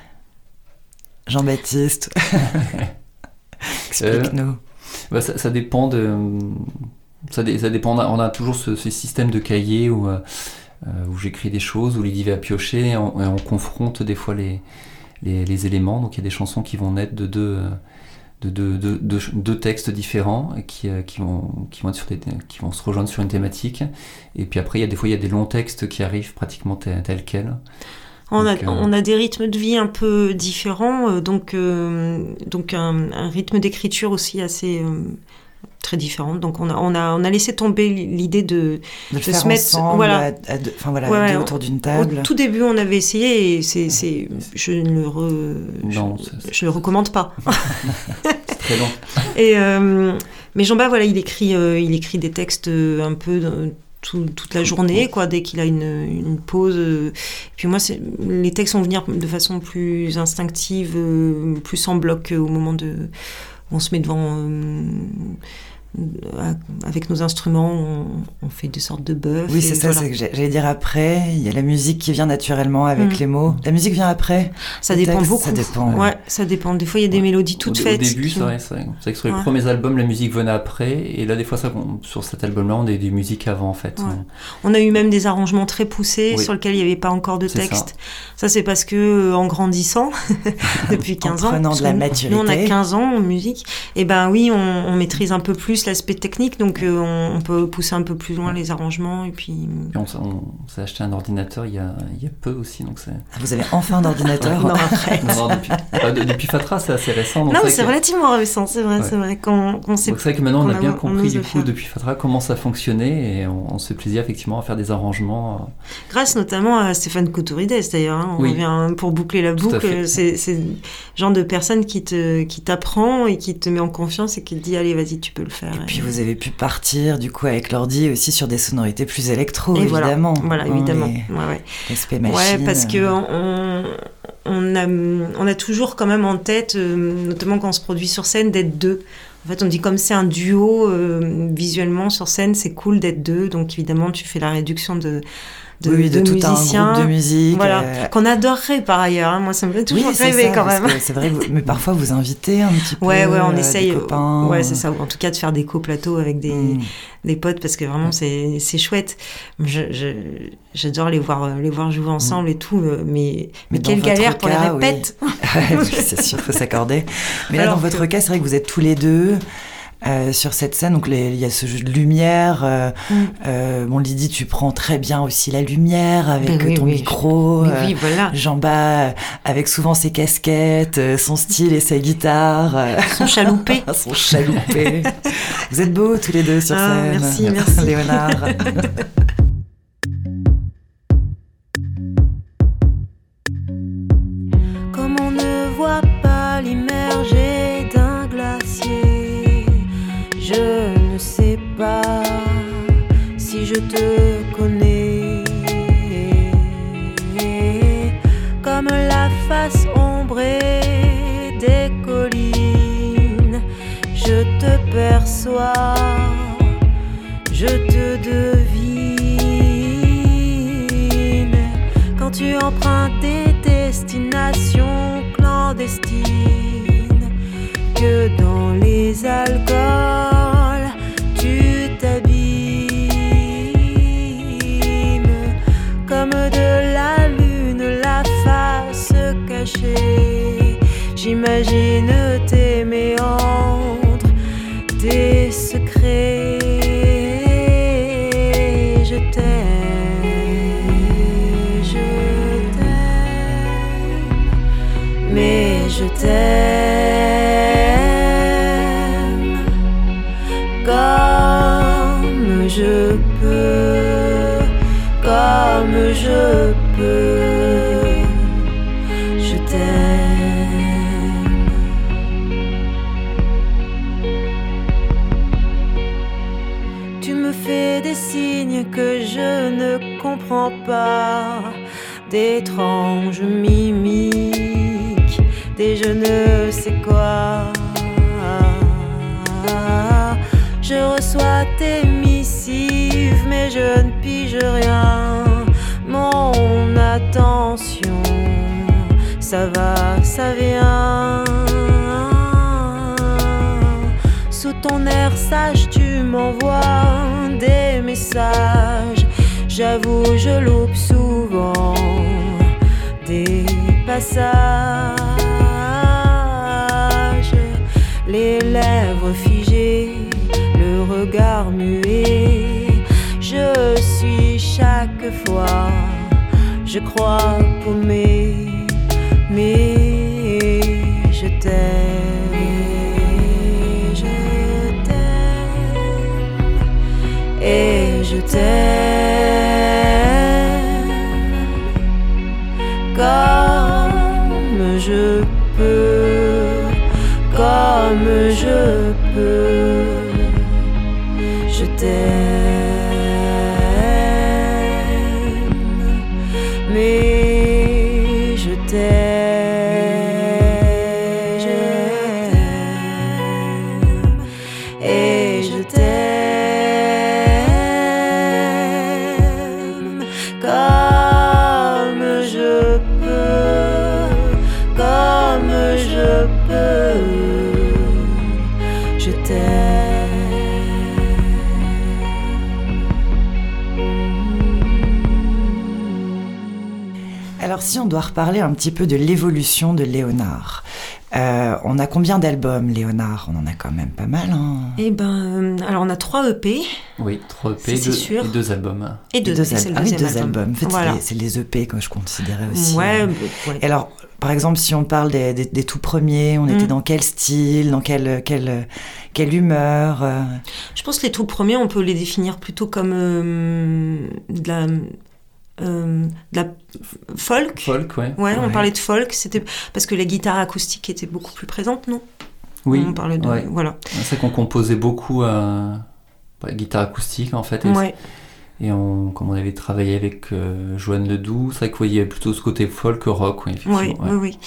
Jean-Baptiste, explique-nous. Euh, bah ça, ça dépend de... Ça, dé, ça dépend, on a toujours ce, ce système de cahier où... Euh, Euh, où j'écris des choses, où Lydie va piocher, et on, et on confronte des fois les, les, les éléments. Donc il y a des chansons qui vont naître de deux, de deux, de, de, de, deux textes différents et qui, qui, vont, qui, vont être sur des, qui vont se rejoindre sur une thématique. Et puis après, il y a des fois, il y a des longs textes qui arrivent pratiquement tels tel quels. On, donc, a, euh... on a des rythmes de vie un peu différents, donc, euh, donc un, un rythme d'écriture aussi assez... Euh, très différente. Donc on a on a on a laissé tomber l'idée de de, de faire se mettre ensemble, voilà à, à deux, enfin voilà, ouais, à deux autour d'une table. Au tout début, on avait essayé et c'est c'est je ne le re, non, je, c'est, c'est... je le recommande pas. C'est très long. Et euh, mais Jean-Baptiste, voilà, il écrit euh, il écrit des textes un peu de, Tout, toute la journée, quoi, dès qu'il a une, une pause. Et puis moi, c'est, les textes vont venir de façon plus instinctive, plus en bloc au moment de... On se met devant... Euh, avec nos instruments, on, on fait des sortes de bœufs. Oui, c'est ça, voilà. c'est que j'allais dire après, il y a la musique qui vient naturellement avec mmh. les mots. La musique vient après. Ça dépend texte, beaucoup. Ça dépend. Ouais, ouais, ça dépend. Des fois, il y a des ouais. mélodies toutes au, faites. Au début, qui... c'est vrai, c'est vrai. C'est vrai que sur les ouais. premiers albums, la musique venait après. Et là, des fois, ça, sur cet album-là, on a des musiques avant, en fait. Ouais. On a eu même des arrangements très poussés oui. sur lesquels il n'y avait pas encore de c'est texte. Ça. ça, c'est parce que, en grandissant, depuis quinze en ans, prenant de la maturité. Nous, on a quinze ans en musique. Et ben oui, on, on maîtrise un peu plus l'aspect technique. Donc, euh, on, on peut pousser un peu plus loin les arrangements. Et puis... puis on, on s'est acheté un ordinateur il y a, il y a peu aussi. Donc c'est... Ah, vous avez enfin un ordinateur? Non, arrête. non, non, depuis, euh, depuis Fatra, c'est assez récent. Donc non, c'est, c'est que... relativement récent, c'est vrai. Ouais. C'est vrai qu'on, qu'on sait, donc c'est vrai que maintenant, on a bien compris, du coup, depuis Fatra, comment ça fonctionnait. Et on, on se fait plaisir, effectivement, à faire des arrangements. Grâce notamment à Stéphane Couturides, d'ailleurs. Hein, on oui. revient pour boucler la boucle. C'est, c'est le genre de personne qui, te, qui t'apprend et qui te met en confiance et qui te dit, allez, vas-y, tu peux le faire. faire. Et puis vous avez pu partir du coup avec l'ordi aussi sur des sonorités plus électro, et évidemment. Voilà, voilà hein, évidemment. les... Ouais, ouais. L'aspect machine. Ouais, parce que on, on, a, on a toujours quand même en tête, euh, notamment quand on se produit sur scène, d'être deux. En fait, on dit comme c'est un duo, euh, visuellement sur scène, c'est cool d'être deux. Donc évidemment, tu fais la réduction de de, oui, de, de tout musiciens, un groupe de musique, voilà, euh... qu'on adorerait par ailleurs. Hein. Moi, ça me fait toujours oui, rêver ça, quand même. C'est vrai, vous... mais parfois vous invitez un petit peu. Ouais, ouais, on euh, essaye. Des copains, ouais, c'est ça. En tout cas, de faire des coplateaux avec des mm. des potes parce que vraiment c'est c'est chouette. Je, je j'adore les voir les voir jouer ensemble mm. et tout. Mais mais, mais quelle galère pour cas, les répètes. Oui. C'est sûr, faut s'accorder. Mais là, Alors dans que... votre cas, c'est vrai que vous êtes tous les deux. Euh, sur cette scène, donc il y a ce jeu de lumière. Euh, mm. euh, bon, Lydie, tu prends très bien aussi la lumière avec oui, ton oui, micro. Oui, euh, oui, voilà. Jean-Bas avec souvent ses casquettes, euh, son style et sa guitare. Euh, son chaloupé. son chaloupé. Vous êtes beaux tous les deux sur ah, scène. Merci, merci. Léonard. Comme on ne voit pas l'immergé d'un glacier, je ne sais pas si je te connais. Comme la face ombrée des collines, je te perçois, je te devine. Quand tu empruntes des destinations clandestines, que dans les alcools tu t'abîmes. Comme de la lune la face cachée, j'imagine tes méandres, tes secrets. Je t'aime, je t'aime, mais je t'aime comme je peux, comme je peux, je t'aime. Tu me fais des signes que je ne comprends pas, d'étranges mimiques, des je ne sais quoi. Je reçois tes missives, mais je ne pige rien. Mon attention, ça va, ça vient. Sous ton air sage, tu m'envoies des messages. J'avoue, je loupe souvent des passages. Les lèvres figées, le regard muet. Je suis chaque fois, je crois paumé, mais je t'aime, je t'aime, et je t'aime comme je peux, comme je peux, je t'aime, mais je t'aime, je t'aime, et je t'aime comme je peux, comme je peux, je t'aime. Alors si on doit reparler un petit peu de l'évolution de Léonard, euh, on a combien d'albums, Léonard? On en a quand même pas mal, hein. Eh ben, alors on a trois E P. Oui, trois E P c'est deux, sûr. et deux albums. Et deux, et deux, et c'est al- le ah oui, deux deuxième album. albums. En fait, Voilà. c'est, les, c'est les E P que je considérais aussi. Ouais, euh. bah, ouais. Et alors, par exemple, si on parle des, des, des tout premiers, on était Mm. dans quel style, dans quelle, quelle, quelle humeur euh... Je pense que les tout premiers, on peut les définir plutôt comme euh, de la... Euh, de la folk. Folk, ouais. Ouais, on Ouais. parlait de folk, c'était parce que la guitare acoustique était beaucoup plus présente, non? Oui, on parle de ouais. voilà. C'est qu'on composait beaucoup à bah, guitare acoustique en fait. Et, Ouais. et on, comme on avait travaillé avec euh, Joanne Ledoux, c'est vrai qu'il y avait plutôt ce côté folk rock, oui, effectivement. Oui, ouais. oui, oui.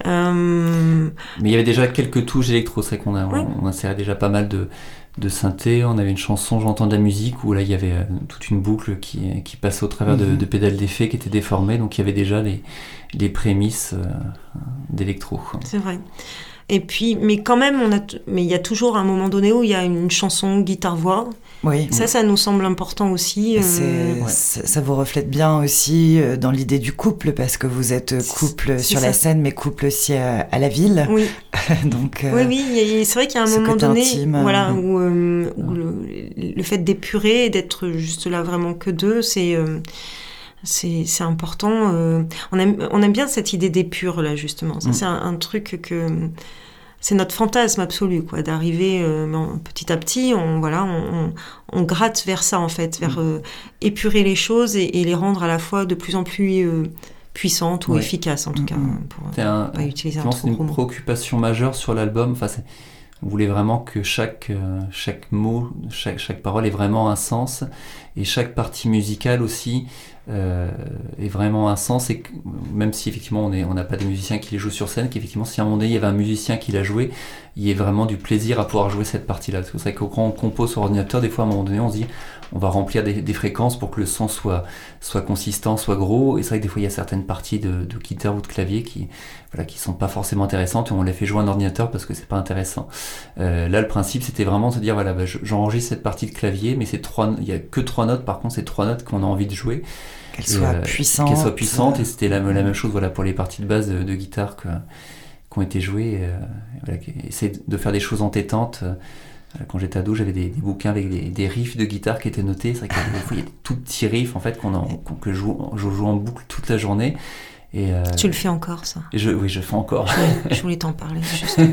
Euh... Mais il y avait déjà quelques touches électro, c'est vrai qu'on a, Ouais. on, on insérait déjà pas mal de, de synthé. On avait une chanson J'entends de la musique où là il y avait euh, toute une boucle qui, qui passait au travers mm-hmm. de, de pédales d'effet qui étaient déformées, donc il y avait déjà les, les prémices euh, d'électro. Quoi. C'est vrai. Et puis, mais quand même, on a, t- mais il y a toujours un moment donné où il y a une chanson guitare-voix. Oui. Ça, ça nous semble important aussi. Euh... C'est, ouais. ça, ça vous reflète bien aussi dans l'idée du couple, parce que vous êtes couple c'est, sur c'est la ça. Scène, mais couple aussi à, à la ville. Oui. Donc, euh, oui, oui, c'est vrai qu'il y a un moment donné, intime, voilà, euh, où, euh, où le, le fait d'épurer et d'être juste là vraiment que deux, c'est... Euh, C'est, c'est important. Euh, on, aime, on aime bien cette idée d'épure, là, justement. Ça, mmh. c'est un, un truc que... C'est notre fantasme absolu, quoi, d'arriver euh, petit à petit, on, voilà, on, on, on gratte vers ça, en fait, vers euh, épurer les choses et, et les rendre à la fois de plus en plus euh, puissantes ou ouais. efficaces, en tout mmh. cas, pour c'est un, pas utiliser un trop gros mot. C'est une préoccupation majeure sur l'album. Enfin, c'est, on voulait vraiment que chaque, euh, chaque mot, chaque, chaque parole ait vraiment un sens, et chaque partie musicale aussi euh, ait vraiment un sens, et que, même si effectivement on est, on n'a pas des musiciens qui les jouent sur scène, qu'effectivement si à un moment donné il y avait un musicien qui l'a joué, il y ait vraiment du plaisir à pouvoir jouer cette partie-là. C'est pour ça que quand on compose sur ordinateur, des fois à un moment donné on se dit on va remplir des, des fréquences pour que le son soit, soit consistant, soit gros, et c'est vrai que des fois il y a certaines parties de, de guitare ou de clavier qui voilà, qui sont pas forcément intéressantes, et on les fait jouer en ordinateur parce que c'est pas intéressant. Euh, là le principe c'était vraiment de se dire voilà, bah, j'enregistre cette partie de clavier, mais c'est trois, il y a que trois notes, par contre c'est trois notes qu'on a envie de jouer. Qu'elles soient euh, puissantes. Qu'elles soient puissantes, et c'était la, la même chose voilà, pour les parties de base de, de guitare que, qui ont été jouées. Euh, voilà, essayer de faire des choses entêtantes. Euh, quand j'étais ado, j'avais des, des bouquins avec des, des riffs de guitare qui étaient notés. C'est vrai qu'il y a des fois, il y a des tout petits riffs en fait, qu'on en, qu'on, que je joue, je joue en boucle toute la journée. Et euh, tu le fais encore, ça? je, Oui, je fais encore. Je voulais, je voulais t'en parler, justement.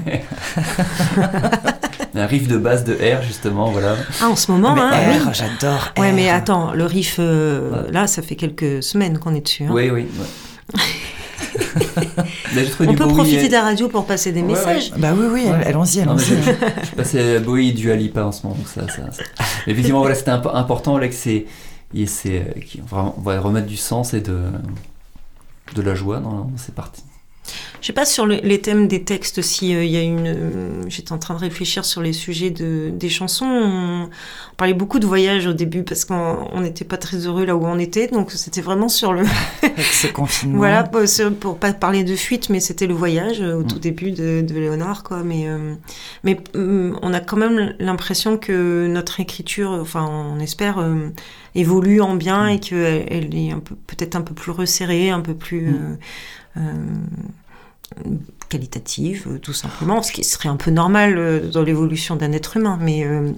Un riff de basse de R, justement, voilà. Ah, en ce moment, mais hein, R, oui. j'adore R. Ouais, mais attends, le riff, euh, ouais. là, ça fait quelques semaines qu'on est dessus. Hein. Oui, oui. Ouais. Là, j'ai trouvé on du peut Bowie profiter et... de la radio pour passer des ouais, messages. Ouais. Bah oui, oui, ouais. allons-y, allons-y. Non, je, je passais Bowie et Dua Lipa en ce moment. Donc ça, ça, ça. Mais effectivement, voilà, c'était imp- important là, que c'est, et c'est, vraiment, on va remettre du sens et de, de la joie dans, dans ces parties. Je sais pas sur le, les thèmes des textes si il euh, y a une. Euh, j'étais en train de réfléchir sur les sujets de des chansons. On, on parlait beaucoup de voyage au début parce qu'on n'était pas très heureux là où on était, donc c'était vraiment sur le. Avec ce confinement. Voilà, pour, pour pas parler de fuite, mais c'était le voyage au tout mmh. début de, de Léonard, quoi. Mais euh, mais euh, on a quand même l'impression que notre écriture, enfin, on espère. Euh, évolue en bien mmh. et qu'elle elle est un peu, peut-être un peu plus resserrée, un peu plus mmh. euh, euh, qualitative, tout simplement, ce qui serait un peu normal dans l'évolution d'un être humain, mais euh,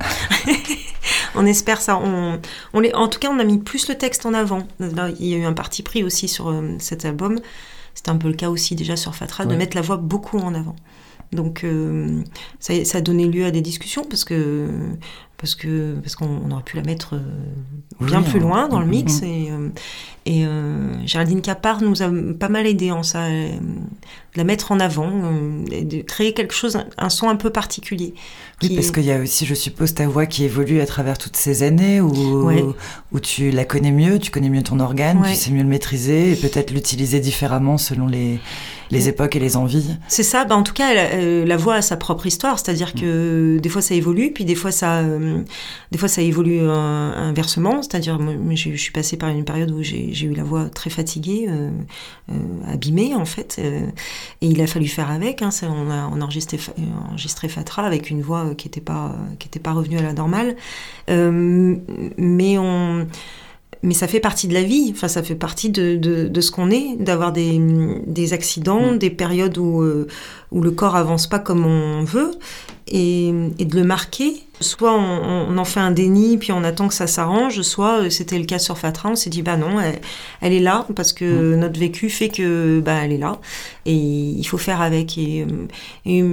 on espère ça. On, on les, en tout cas, on a mis plus le texte en avant. Là, il y a eu un parti pris aussi sur euh, cet album. C'était un peu le cas aussi déjà sur Fatra, ouais. de mettre la voix beaucoup en avant. Donc euh, ça, ça a donné lieu à des discussions parce que parce que parce qu'on aurait pu la mettre euh, bien oui, plus loin dans le mix. Mmh. Et, euh, et euh, Géraldine Capard nous a pas mal aidé en ça, euh, de la mettre en avant, euh, et de créer quelque chose, un son un peu particulier. Oui, parce est... qu'il y a aussi, je suppose, ta voix qui évolue à travers toutes ces années où, ouais. où tu la connais mieux, tu connais mieux ton organe, ouais. tu sais mieux le maîtriser et peut-être l'utiliser différemment selon les, les époques et les envies. C'est ça, bah en tout cas, elle, euh, la voix a sa propre histoire, c'est-à-dire que mmh. des fois ça évolue, puis des fois ça, euh, des fois ça évolue euh, inversement, c'est-à-dire moi, je suis passée par une période où j'ai, j'ai eu la voix très fatiguée, euh, euh, abîmée en fait, euh, et il a fallu faire avec. Hein, ça, on a, on a enregistré, enregistré Fatra avec une voix qui n'était pas, qui était pas revenue à la normale, euh, mais on Mais ça fait partie de la vie, enfin ça fait partie de, de, de ce qu'on est, d'avoir des, des accidents, mmh. des périodes où, euh, où le corps avance pas comme on veut, et, et de le marquer. Soit on, on en fait un déni, puis on attend que ça s'arrange, soit c'était le cas sur Fatra, on s'est dit bah non, elle, elle est là, parce que mmh. notre vécu fait que bah elle est là, et il faut faire avec. Et, et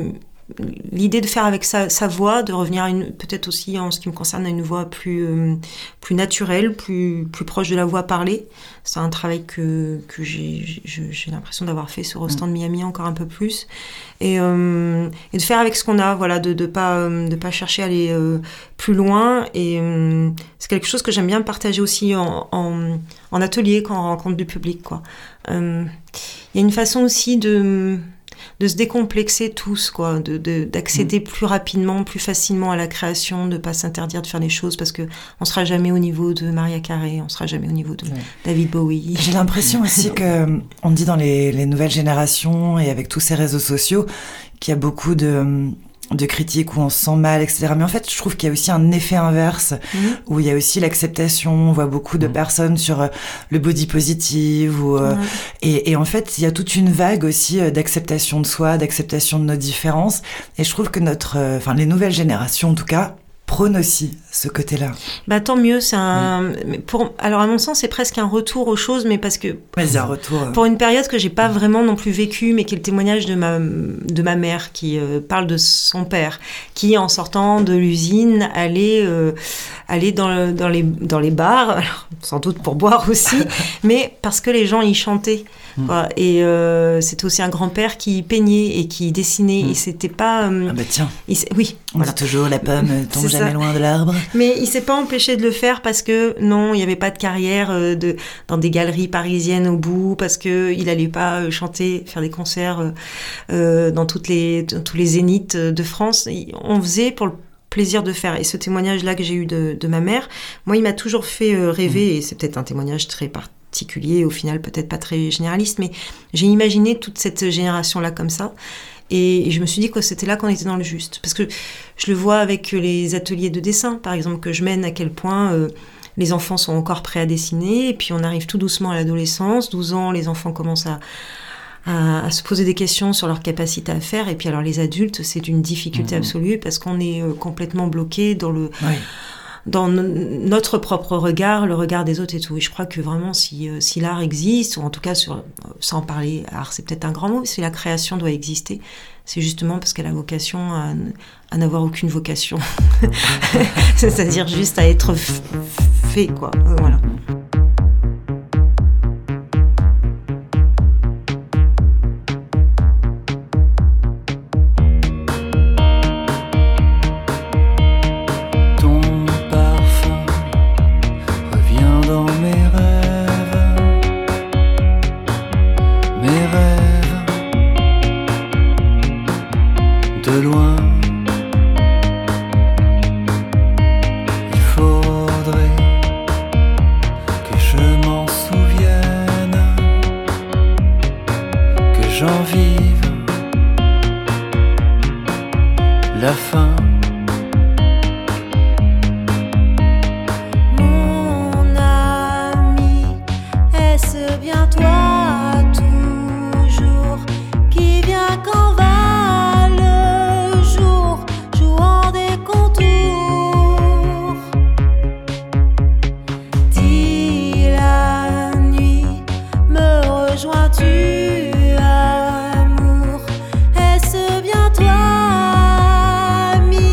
l'idée de faire avec sa, sa voix, de revenir à une, peut-être aussi en ce qui me concerne à une voix plus, euh, plus naturelle, plus, plus proche de la voix parlée. C'est un travail que, que j'ai, j'ai, j'ai l'impression d'avoir fait sur Au Stand Miami encore un peu plus. Et, euh, et de faire avec ce qu'on a, voilà, de ne de pas, euh, de pas chercher à aller euh, plus loin. Et euh, c'est quelque chose que j'aime bien partager aussi en, en, en atelier, quand on rencontre du public, quoi. Euh, y a une façon aussi de... de se décomplexer tous, quoi, de, de, d'accéder mmh. plus rapidement, plus facilement à la création, de pas s'interdire de faire des choses parce que on sera jamais au niveau de Mariah Carey, on sera jamais au niveau de ouais. David Bowie. J'ai l'impression aussi que on dit dans les, les nouvelles générations et avec tous ces réseaux sociaux qu'il y a beaucoup de de critiques où on se sent mal, et cetera. Mais en fait, je trouve qu'il y a aussi un effet inverse, mmh. où il y a aussi l'acceptation. On voit beaucoup de mmh. personnes sur euh, le body positive. Ou, euh, mmh. et, et en fait, il y a toute une vague aussi euh, d'acceptation de soi, d'acceptation de nos différences. Et je trouve que notre, enfin, euh, les nouvelles générations, en tout cas, prône aussi ce côté-là. Bah tant mieux, c'est un. Oui. Pour... Alors à mon sens, c'est presque un retour aux choses, mais parce que. Mais c'est un retour. Euh... Pour une période que j'ai pas vraiment non plus vécue, mais qui est le témoignage de ma de ma mère qui euh, parle de son père, qui en sortant de l'usine allait euh, aller dans le, dans les dans les bars, alors, sans doute pour boire aussi, mais parce que les gens y chantaient. Mmh. Voilà. Et euh, c'était aussi un grand-père qui peignait et qui dessinait. Mmh. Et c'était pas. Euh, ah bah tiens. Il, oui. On voilà. dit toujours la pomme tombe jamais loin de l'arbre. Mais il s'est pas empêché de le faire parce que non, il y avait pas de carrière euh, de dans des galeries parisiennes au bout, parce que il allait pas euh, chanter, faire des concerts euh, dans toutes les dans tous les zéniths de France. On faisait pour le plaisir de faire. Et ce témoignage-là que j'ai eu de, de ma mère, moi, il m'a toujours fait euh, rêver. Mmh. Et c'est peut-être un témoignage très particulier. particulier, au final peut-être pas très généraliste, mais j'ai imaginé toute cette génération-là comme ça, et je me suis dit que c'était là qu'on était dans le juste, parce que je le vois avec les ateliers de dessin, par exemple, que je mène, à quel point euh, les enfants sont encore prêts à dessiner, et puis on arrive tout doucement à l'adolescence, douze ans, les enfants commencent à À, à se poser des questions sur leur capacité à faire, et puis alors les adultes, c'est une difficulté mmh. absolue, parce qu'on est euh, complètement bloqué dans le... Oui. dans n- notre propre regard, le regard des autres et tout. Et je crois que vraiment, si, euh, si l'art existe, ou en tout cas, sur, sans parler, art c'est peut-être un grand mot, si la création doit exister, c'est justement parce qu'elle a vocation à, à n'avoir aucune vocation. C'est-à-dire juste à être f- fait, quoi. Voilà. Amour, est-ce bien toi, ami?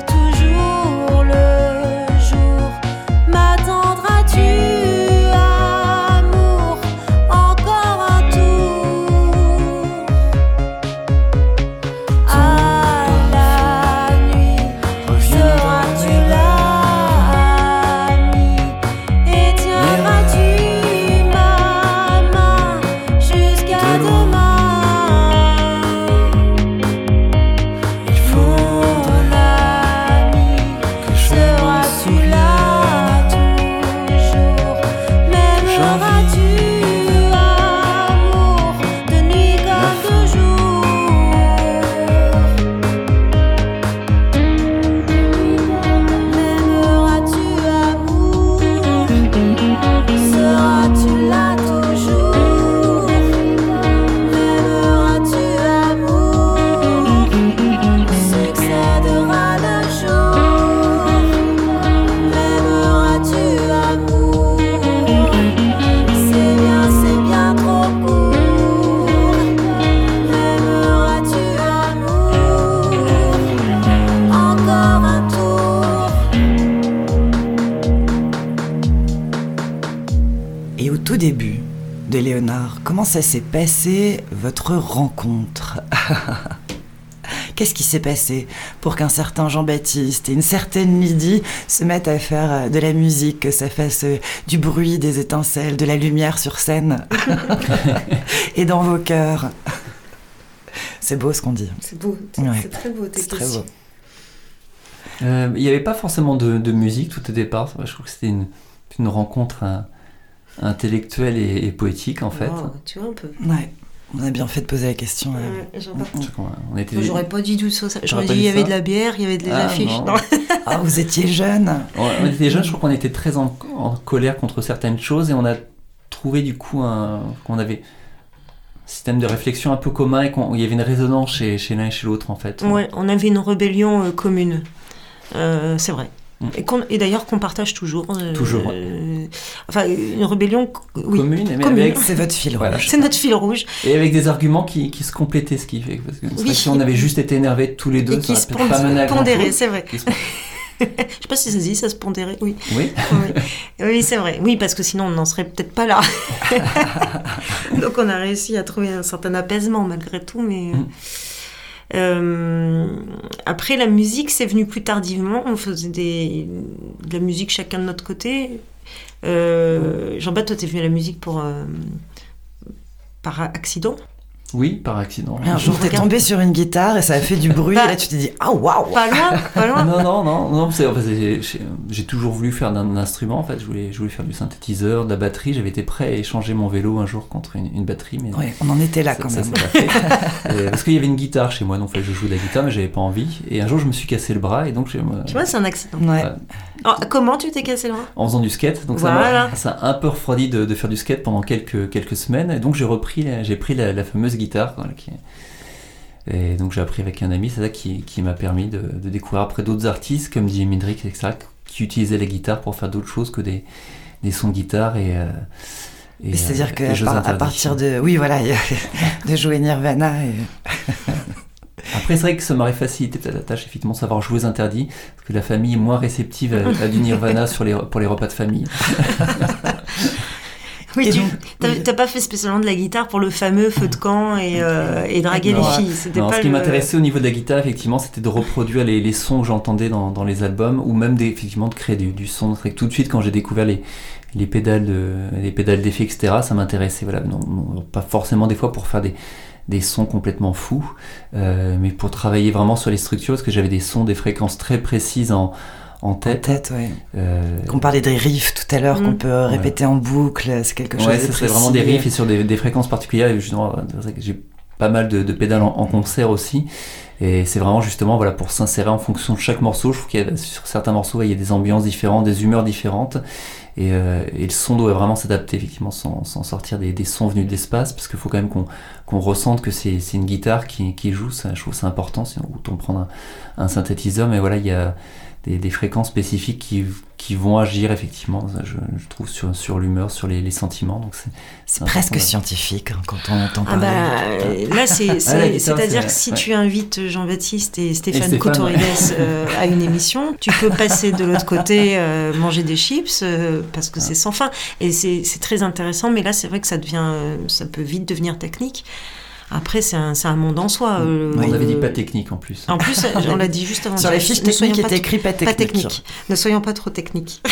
toujours le jour? M'attendras-tu, amour, encore un tour? À la nuit, seras-tu là, ami? Et tiendras-tu ma main jusqu'à demain? Il faudra Mon ami, que je seras-tu me là toujours? M'aimeras-tu, amour, de nuit comme de jour? M'aimeras-tu, amour? Seras-tu là toujours? M'aimeras-tu, amour? Succédera le jour. M'aimeras-tu, amour? C'est bien, c'est bien trop court. M'aimeras-tu, amour? Encore un tour. Et au tout début de Léonard, comment ça s'est passé, votre rencontre? Qu'est-ce qui s'est passé pour qu'un certain Jean-Baptiste et une certaine Lydie se mettent à faire euh, de la musique, que ça fasse euh, du bruit, des étincelles, de la lumière sur scène et dans vos cœurs? C'est beau ce qu'on dit. C'est beau, Ouais. c'est très beau tes C'est très questions. beau. Euh, Il n'y avait pas forcément de, de musique tout au départ. Je trouve que c'était une, une rencontre hein, intellectuelle et, et poétique en fait. Wow, tu vois un peu. Ouais, on a bien fait de poser la question. euh. Ouais, j'en parle. Je crois qu'on- on était Moi, J'aurais pas dit tout ça. J'aurais pas dit dit il y avait ça. de la bière, il y avait des Ah, affiches. non. Non. Ah, vous étiez jeune. On, on était jeunes, je crois qu'on était très en, en colère contre certaines choses et on a trouvé du coup un, qu'on avait un système de réflexion un peu commun et qu'il y avait une résonance chez, chez l'un et chez l'autre en fait. Ouais, on avait une rébellion euh, commune. Euh, c'est vrai. Mm. Et, qu'on- et d'ailleurs qu'on partage toujours. euh, Toujours, ouais. euh, enfin, une rébellion, oui. Commune, mais commune. avec, C'est votre fil Voilà. rouge. C'est notre fil rouge. et avec des arguments qui, qui se complétaient, ce qui fait que, parce que c'est vrai Oui. que si on avait juste été énervés tous les deux, Et ça qui aurait se peut-être pas mené à grand pondérait, chose. c'est vrai. Qui se- Je sais pas si ça se dit, ça se pondérait. Oui. Oui. oui, oui, c'est vrai. Oui, parce que sinon on n'en serait peut-être pas là. Donc on a réussi à trouver un certain apaisement malgré tout, mais. Mm. Euh, après, la musique, c'est venu plus tardivement. On faisait des, de la musique chacun de notre côté. Euh, Jean-Baptiste, toi, t'es venu à la musique pour, euh, par accident. Oui, par accident. Un jour, t'es Regarde. tombé sur une guitare et ça a fait du bruit. Bah, et là, tu t'es dit, ah waouh! Pas loin, pas loin. Non, non, non, non, c'est- en fait, j'ai, j'ai- j'ai toujours voulu faire d'un instrument, en fait, je voulais, je voulais faire du synthétiseur, de la batterie, j'avais été prêt à échanger mon vélo un jour contre une, une batterie, mais Ouais, on en était là ça, quand ça même. s'est pas fait. Et parce qu'il y avait une guitare chez moi, donc fallait que je joue de la guitare, mais j'avais pas envie, et un jour je me suis cassé le bras, et donc j'ai, euh, Tu vois, c'est un accident. Ouais. euh, Alors, comment tu t'es cassé le bras? en faisant du skate, donc Voilà. ça m'a ça a un peu refroidi de, de faire du skate pendant quelques, quelques semaines, et donc j'ai repris, la- j'ai pris la, la fameuse guitare, quoi, qui, et donc j'ai appris avec un ami, c'est ça qui, qui m'a permis de, de découvrir après d'autres artistes comme Jimi Hendrix, et cetera, qui utilisaient la guitare pour faire d'autres choses que des, des sons de guitare et, euh, et, C'est-à-dire euh, que et à, jeux par- à interdits. partir de. Oui, voilà, de jouer Nirvana. Et... Après, c'est vrai que ça m'aurait facilité peut-être la tâche, effectivement, savoir jouer aux interdits, parce que la famille est moins réceptive à, à du Nirvana sur les, pour les repas de famille. Oui, Et tu donc- t'as, t'as pas fait spécialement de la guitare pour le fameux feu de camp et, euh, et draguer Non. les filles. C'était Non, pas ce qui le- m'intéressait au niveau de la guitare, effectivement, c'était de reproduire les, les sons que j'entendais dans, dans les albums, ou même des, effectivement de créer du, du son. C'est vrai que tout de suite, quand j'ai découvert les, les pédales de, les pédales d'effet, et cetera, ça m'intéressait. Voilà, non, non, pas forcément des fois pour faire des, des sons complètement fous, euh, mais pour travailler vraiment sur les structures, parce que j'avais des sons, des fréquences très précises en, en En tête. tête, ouais. Euh, Qu'on parlait des riffs tout à l'heure, Mm. qu'on peut répéter en boucle, c'est quelque chose Ouais, de ça serait précis. vraiment des riffs et sur des, des fréquences particulières. Et justement, c'est vrai que j'ai pas mal de, de pédales en, en concert aussi. Et c'est vraiment justement voilà, pour s'insérer en fonction de chaque morceau. Je trouve qu'il y a sur certains morceaux, il y a des ambiances différentes, des humeurs différentes. Et, euh, et le son doit vraiment s'adapter, effectivement, sans, sans sortir des, des sons venus de l'espace. Parce qu'il faut quand même qu'on, qu'on ressente que c'est, c'est une guitare qui, qui joue. Ça, je trouve que c'est important. Sinon, autant prendre un, un synthétiseur. Mais voilà, il y a des, des fréquences spécifiques qui, qui vont agir effectivement, je, je trouve, sur, sur l'humeur, sur les, les sentiments. Donc c'est, c'est, c'est presque scientifique hein, quand on entend ah parler. Bah, là, c'est, c'est, ouais, c'est-à-dire c'est, que si ouais. tu invites Jean-Baptiste et Stéphane, Stéphane Couturides ouais. euh, à une émission, tu peux passer de l'autre côté, euh, manger des chips, euh, parce que ouais. c'est sans fin. Et c'est, c'est très intéressant, mais là, c'est vrai que ça devient, euh, ça peut vite devenir technique. Après, c'est un, c'est un monde en soi. Euh, oui, on avait dit pas technique en plus. En plus, on l'a dit juste avant. Sur les fiches techniques, il était écrit pas technique. Pas technique. Ne soyons pas trop techniques.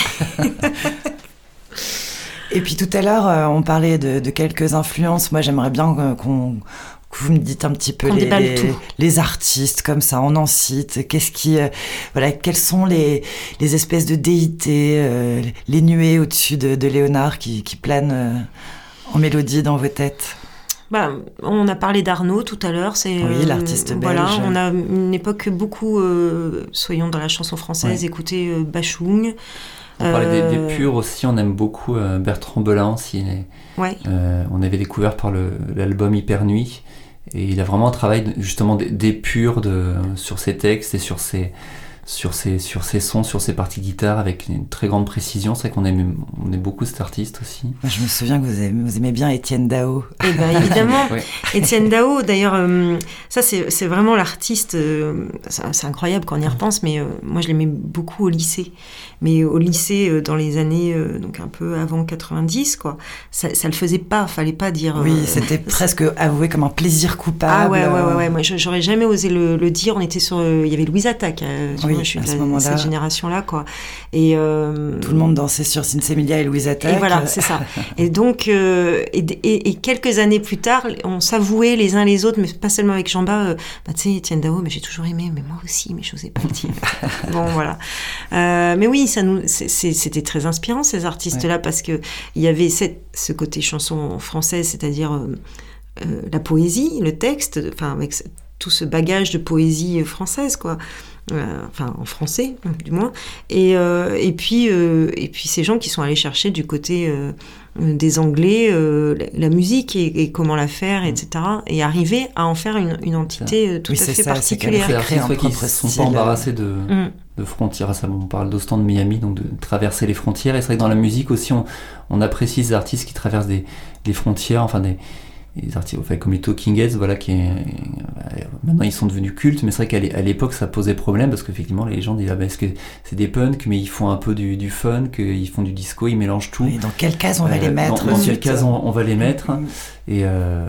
Et puis tout à l'heure, euh, on parlait de, de quelques influences. Moi, j'aimerais bien euh, qu'on, que vous me dites un petit peu qu'on les, les, les artistes comme ça. On en cite. Qu'est-ce qui, euh, voilà, quelles sont les, les espèces de déités, euh, les nuées au-dessus de, de Léonard qui, qui planent euh, en mélodie dans vos têtes? Bah, on a parlé d'Arnaud tout à l'heure, c'est oui, l'artiste euh, belge. Voilà, on a une époque beaucoup, euh, soyons dans la chanson française, ouais. écouter euh, Bachung. On parlait euh... des, des purs aussi, on aime beaucoup euh, Bertrand Belin aussi. Les, ouais. euh, on avait découvert par le, l'album Hyper Nuit, et il a vraiment un travail justement des, des purs de, sur ses textes et sur ses sur ses, sur ses sons, sur ses parties guitare avec une très grande précision. C'est vrai qu'on aime, on aime beaucoup cet artiste aussi. Je me souviens que vous aimez, vous aimez bien Étienne Dao. Eh bien évidemment, ouais. Étienne Dao, d'ailleurs, euh, ça c'est, c'est vraiment l'artiste, euh, c'est, c'est incroyable quand on y repense, mais euh, moi je l'aimais beaucoup au lycée. Mais au lycée, euh, dans les années, euh, donc un peu avant quatre-vingt-dix, quoi, ça, ça le faisait pas, fallait pas dire... Oui, euh, c'était presque avoué comme un plaisir coupable. Ah ouais, ouais, ouais, ouais. Moi j'aurais jamais osé le, le dire, on était sur... Il y avait Louise Attaque, euh, oui. Moi, je suis de la, cette génération-là, quoi. Et euh, tout le monde dansait sur Sinsemilia et Louise Attaque. Et voilà, c'est ça. Et donc, euh, et, et, et quelques années plus tard, on s'avouait les uns les autres, mais pas seulement avec Jean-Bas, euh, bah, tu sais, Étienne Dao, mais j'ai toujours aimé, mais moi aussi, mais j'osais pas le dire. Bon, voilà. Euh, mais oui, ça nous, c'est, c'est, c'était très inspirant, ces artistes-là, ouais. Parce qu'il y avait cette, ce côté chanson française, c'est-à-dire euh, euh, la poésie, le texte, enfin, avec tout ce bagage de poésie française, quoi. Euh, enfin en français du moins, et, euh, et, puis, euh, et puis ces gens qui sont allés chercher du côté euh, des Anglais euh, la, la musique et, et comment la faire, et cetera, et arriver à en faire une, une entité euh, tout oui, à fait ça, particulière. C'est artistes ouais, qui ne sont pas embarrassés de, mm. de frontières. Ça, on parle d'Ostende, Miami, donc de traverser les frontières, et c'est vrai que dans la musique aussi on, on apprécie ces artistes qui traversent des, des frontières, enfin des les artistes, enfin, comme les Talking Heads, voilà, qui est, euh, maintenant ils sont devenus cultes, mais c'est vrai qu'à l'époque ça posait problème parce qu'effectivement les gens disaient ah, ben, est-ce que c'est des punks mais ils font un peu du, du funk, ils font du disco, ils mélangent tout. Et dans quelle case on va euh, les mettre Dans, dans quelle case on, on va les mettre et, euh,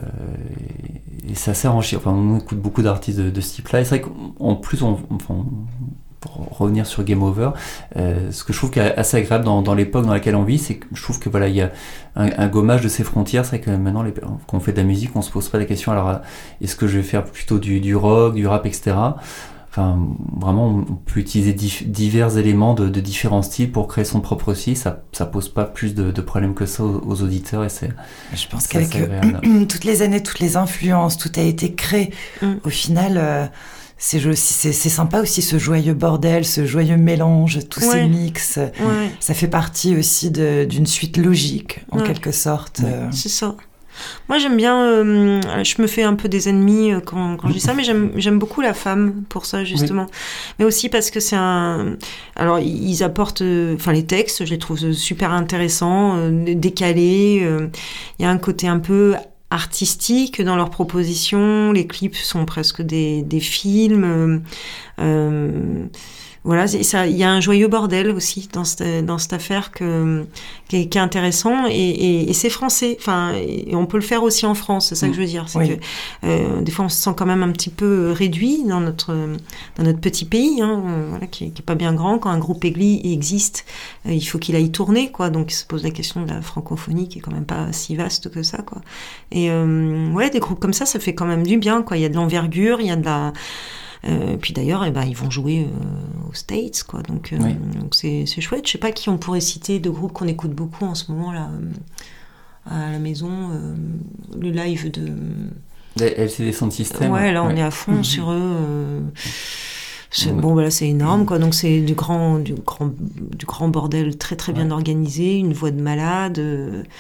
et ça s'est enrichi. Enfin, on écoute beaucoup d'artistes de, de ce type-là et c'est vrai qu'en plus on, on, on pour revenir sur Game Over, euh, ce que je trouve assez agréable dans, dans l'époque dans laquelle on vit, c'est que je trouve que voilà, il y a un, un gommage de ces frontières. C'est vrai que maintenant, les, quand on fait de la musique, on se pose pas la question. Alors, est-ce que je vais faire plutôt du, du rock, du rap, et cetera. Enfin, vraiment, on peut utiliser dif, divers éléments de, de différents styles pour créer son propre style. Ça, ça pose pas plus de, de problèmes que ça aux, aux auditeurs. Et c'est, je pense qu'avec euh, toutes les années, toutes les influences, tout a été créé. Mm. Au final. Euh, C'est, c'est, c'est sympa aussi ce joyeux bordel, ce joyeux mélange, tous ouais. ces mix. Ouais. Ça fait partie aussi de, d'une suite logique, en ouais. quelque sorte. Ouais. C'est ça. Moi, j'aime bien... Euh, je me fais un peu des ennemis quand, quand je dis ça, mais j'aime, j'aime beaucoup la femme pour ça, justement. Oui. Mais aussi parce que c'est un... Alors, ils apportent... Enfin, les textes, je les trouve super intéressants, euh, décalés. Il euh, y a un côté un peu... artistiques dans leurs propositions, les clips sont presque des, des films, euh, euh, voilà, il y a un joyeux bordel aussi dans cette, dans cette affaire que, qui, est, qui est intéressant et, et, et c'est français, enfin, et on peut le faire aussi en France, c'est ça que je veux dire, c'est oui. que euh, des fois on se sent quand même un petit peu réduit dans notre, dans notre petit pays, hein, euh, voilà, qui, qui est pas bien grand. Quand un groupe existe, euh, il faut qu'il aille tourner, quoi, donc il se pose la question de la francophonie qui est quand même pas si vaste que ça, quoi. Et euh, ouais, des groupes comme ça, ça fait quand même du bien, quoi. Il y a de l'envergure, il y a de la... Euh, puis d'ailleurs, eh ben, ils vont jouer euh, aux States, quoi. Donc, euh, oui. donc c'est, c'est chouette. Je sais pas qui on pourrait citer de groupes qu'on écoute beaucoup en ce moment là euh, à la maison. Euh, le live de L C D Sound System. Ouais, là on ouais. est à fond mmh. sur eux. Euh, c'est, bon, bah là c'est énorme, quoi. Donc c'est du grand, du grand, du grand bordel très très bien ouais. organisé, une voix de malade. Euh,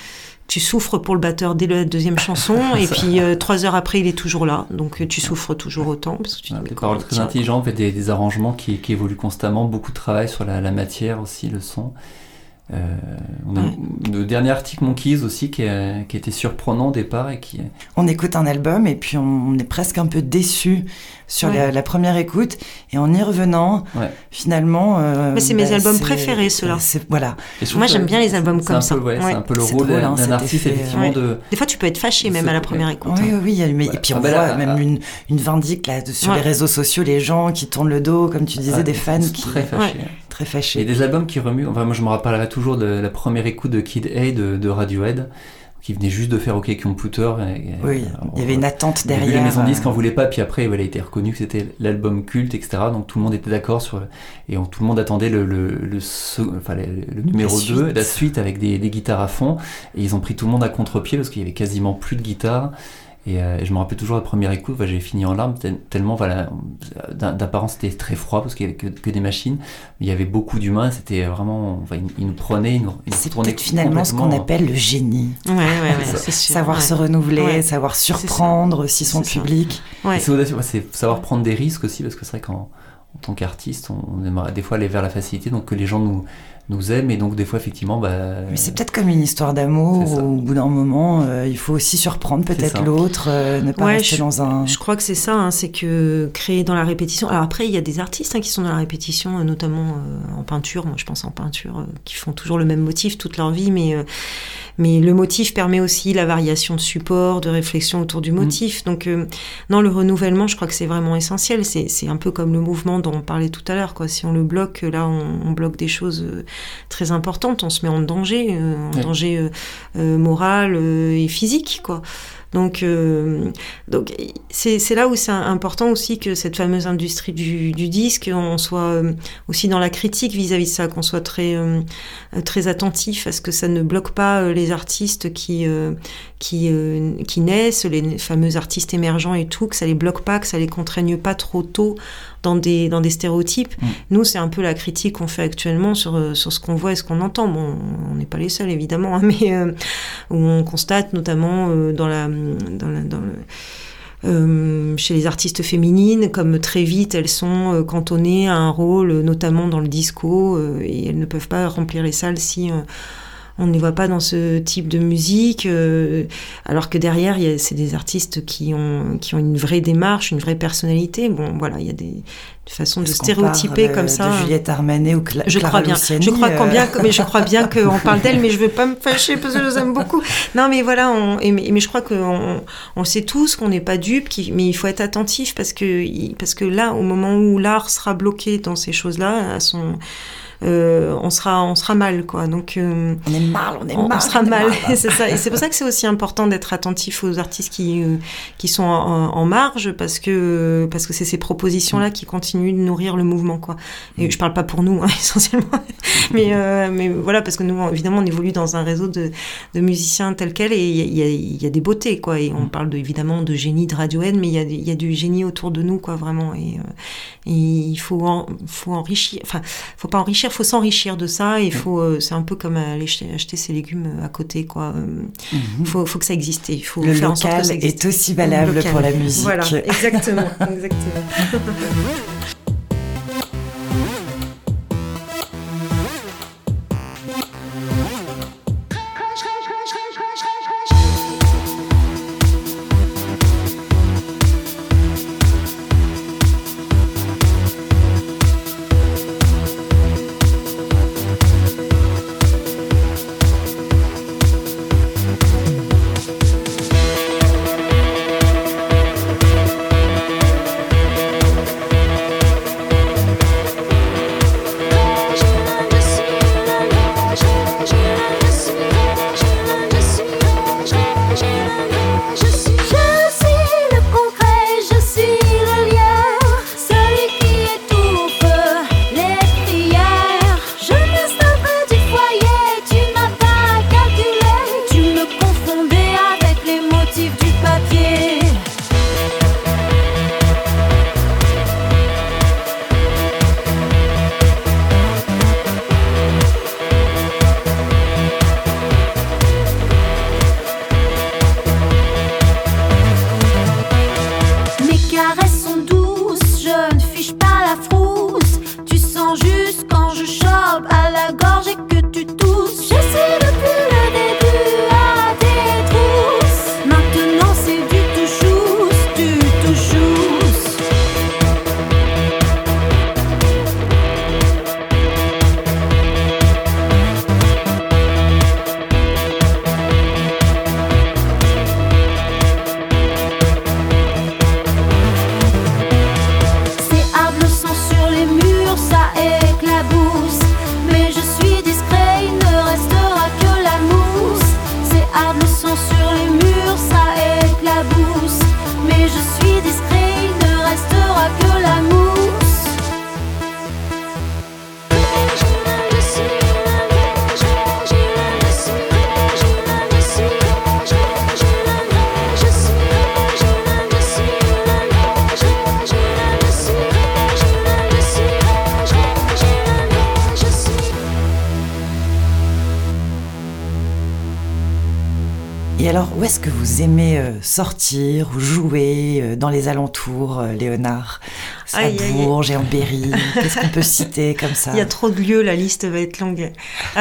tu souffres pour le batteur dès la deuxième chanson, et puis euh, trois heures après, il est toujours là. Donc, tu souffres toujours autant. Parce que tu ouais, dis, des paroles très tiens, intelligentes, des, des arrangements qui, qui évoluent constamment, beaucoup de travail sur la, la matière aussi, le son. Euh, on a Ouais. le dernier article Monkeys aussi qui, a, qui était surprenant au départ et qui On écoute un album et puis on est presque un peu déçu sur Ouais. la, la première écoute, et en y revenant, ouais. finalement... euh, Mais c'est mes albums c'est- préférés, ceux-là. c'est- Voilà. Et je trouve Moi, que j'aime bien les albums c'est comme un ça. peu, ouais, Ouais. c'est un peu le C'est rôle drôle, hein, d'un cet artiste effet, effectivement ouais. de Des fois, tu peux être fâché même C'est- à la première ouais. écoute. Oui, oui, oui. il y a- mais- Ouais. Et puis Ah on bah voit là, même ah. une, une vindique là, de- sur Ouais. les réseaux sociaux, les gens qui tournent le dos, comme tu disais, ouais, des fans sont qui très fâchés. très Et fâchés. des albums qui remuent. Enfin, moi, je me rappellerai toujours de la première écoute de Kid A de, de Radiohead, qui venait juste de faire OK Computer. Et, et, Oui, alors, il y avait une attente au début, derrière. les maisons de disques euh, n'en voulaient pas, puis après, voilà, il a été reconnu que c'était l'album culte, et cetera. Donc tout le monde était d'accord sur, et on- tout le monde attendait le, le, le, sec- enfin, le, le numéro La deux, suite. la suite avec des, des guitares à fond. Et ils ont pris tout le monde à contre-pied parce qu'il y avait quasiment plus de guitare. Et, euh, et je me rappelle toujours la première écoute, bah, j'ai fini en larmes tel- tellement, voilà, d'un- d'apparence c'était très froid parce qu'il y avait que, que des machines. Mais il y avait beaucoup d'humains, c'était vraiment, enfin, ils, ils nous prenaient, ils nous, ils nous C'est tournaient peut-être finalement ce qu'on complètement. appelle le génie. Ouais, ouais, ouais, C'est ça. c'est sûr. Savoir ouais. se renouveler, Ouais. savoir C'est ça. surprendre aussi son C'est ça. public. Ouais. Et c'est audacieux, ouais, c'est savoir prendre des risques aussi, parce que c'est vrai qu'en en tant qu'artiste, on, on aimerait des fois aller vers la facilité, donc que les gens nous, nous aiment, et donc des fois, effectivement, bah, Mais c'est peut-être comme une histoire d'amour, C'est ça. où au bout d'un moment, euh, il faut aussi surprendre C'est peut-être ça. l'autre, euh, ne pas Ouais, rester je- dans un... Je crois que c'est ça, hein, c'est que créer dans la répétition. Alors après, il y a des artistes hein, qui sont dans la répétition, euh, notamment euh, en peinture. Moi, je pense en peinture, euh, qui font toujours le même motif toute leur vie, mais euh, mais le motif permet aussi la variation de support, de réflexion autour du motif. Donc, euh, non, le renouvellement, je crois que c'est vraiment essentiel. C'est c'est un peu comme le mouvement dont on parlait tout à l'heure, quoi. Si on le bloque, là, on, on bloque des choses euh, très importantes. On se met en danger, euh, en Ouais. danger euh, euh, moral euh, et physique, quoi. Donc, euh, donc c'est, c'est là où c'est important aussi que cette fameuse industrie du, du disque, on soit euh, aussi dans la critique vis-à-vis de ça, qu'on soit très, euh, très attentif à ce que ça ne bloque pas euh, les artistes qui, euh, qui, euh, qui naissent, les fameux artistes émergents et tout, que ça les bloque pas, que ça les contraigne pas trop tôt dans des, dans des stéréotypes. Mm. Nous, c'est un peu la critique qu'on fait actuellement sur, sur ce qu'on voit et ce qu'on entend. Bon, on n'est pas les seuls, évidemment, hein, mais euh, où on constate notamment euh, dans la... Dans la dans le, euh, chez les artistes féminines, comme très vite elles sont euh, cantonnées à un rôle, euh, notamment dans le disco, euh, et elles ne peuvent pas remplir les salles si... Euh, on ne les voit pas dans ce type de musique, euh, alors que derrière, il y a, c'est des artistes qui ont, qui ont une vraie démarche, une vraie personnalité. Bon, voilà, il y a des, des façons de Est-ce qu'on stéréotyper parle, comme euh, ça. de Juliette Armanet ou Cla- Je Clara crois bien. Luciani, Je crois euh, qu'on bien, mais je crois bien qu'on parle d'elle, mais je veux pas me fâcher parce que je les aime beaucoup. Non, mais voilà, on, et, mais, mais je crois qu'on on le sait tous qu'on n'est pas dupes, qui, mais il faut être attentif parce que, parce que là, au moment où l'art sera bloqué dans ces choses-là, à son, euh, on sera, on sera mal, quoi. Donc, euh, On est mal, on est on, mal. on sera on est mal. mal. C'est ça. Et c'est pour ça que c'est aussi important d'être attentif aux artistes qui, euh, qui sont en, en marge, parce que, parce que c'est ces propositions-là qui continuent de nourrir le mouvement, quoi. Et je parle pas pour nous, hein, essentiellement. mais, euh, mais voilà, parce que nous, évidemment, on évolue dans un réseau de, de musiciens tel quel, et il y a, y a des beautés, quoi. Et on parle de, évidemment de génie de Radiohead, mais il y a, y a du génie autour de nous, quoi, vraiment. Et, euh, et il faut, en, faut enrichir, enfin, faut pas enrichir, faut s'enrichir de ça. Il faut, euh, c'est un peu comme aller acheter, acheter ses légumes à côté, quoi. Il Mhm. faut, faut que ça existe. Il faut Le faire en sorte que local ça existe. est aussi valable Local. pour la musique. Voilà, exactement, exactement. quand je chope à la gorge et que tu tousses. Je suis depuis le début à tes trousses. Maintenant c'est du tout chousse, du tout chousse. C'est hard le sang sur les murs, ça éclabousse. Mais je suis discret, il ne restera que la mousse. C'est hard le sang sur les murs, ça éclabousse. Mais je suis discret, il ne restera que la mousse. Et alors, où est-ce que vous aimez euh, sortir ou jouer euh, dans les alentours, euh, Léonard? À Aïe, aïe, aïe. Bourges et en Berry. Qu'est-ce qu'on peut citer comme ça? Il y a trop de lieux, la liste va être longue.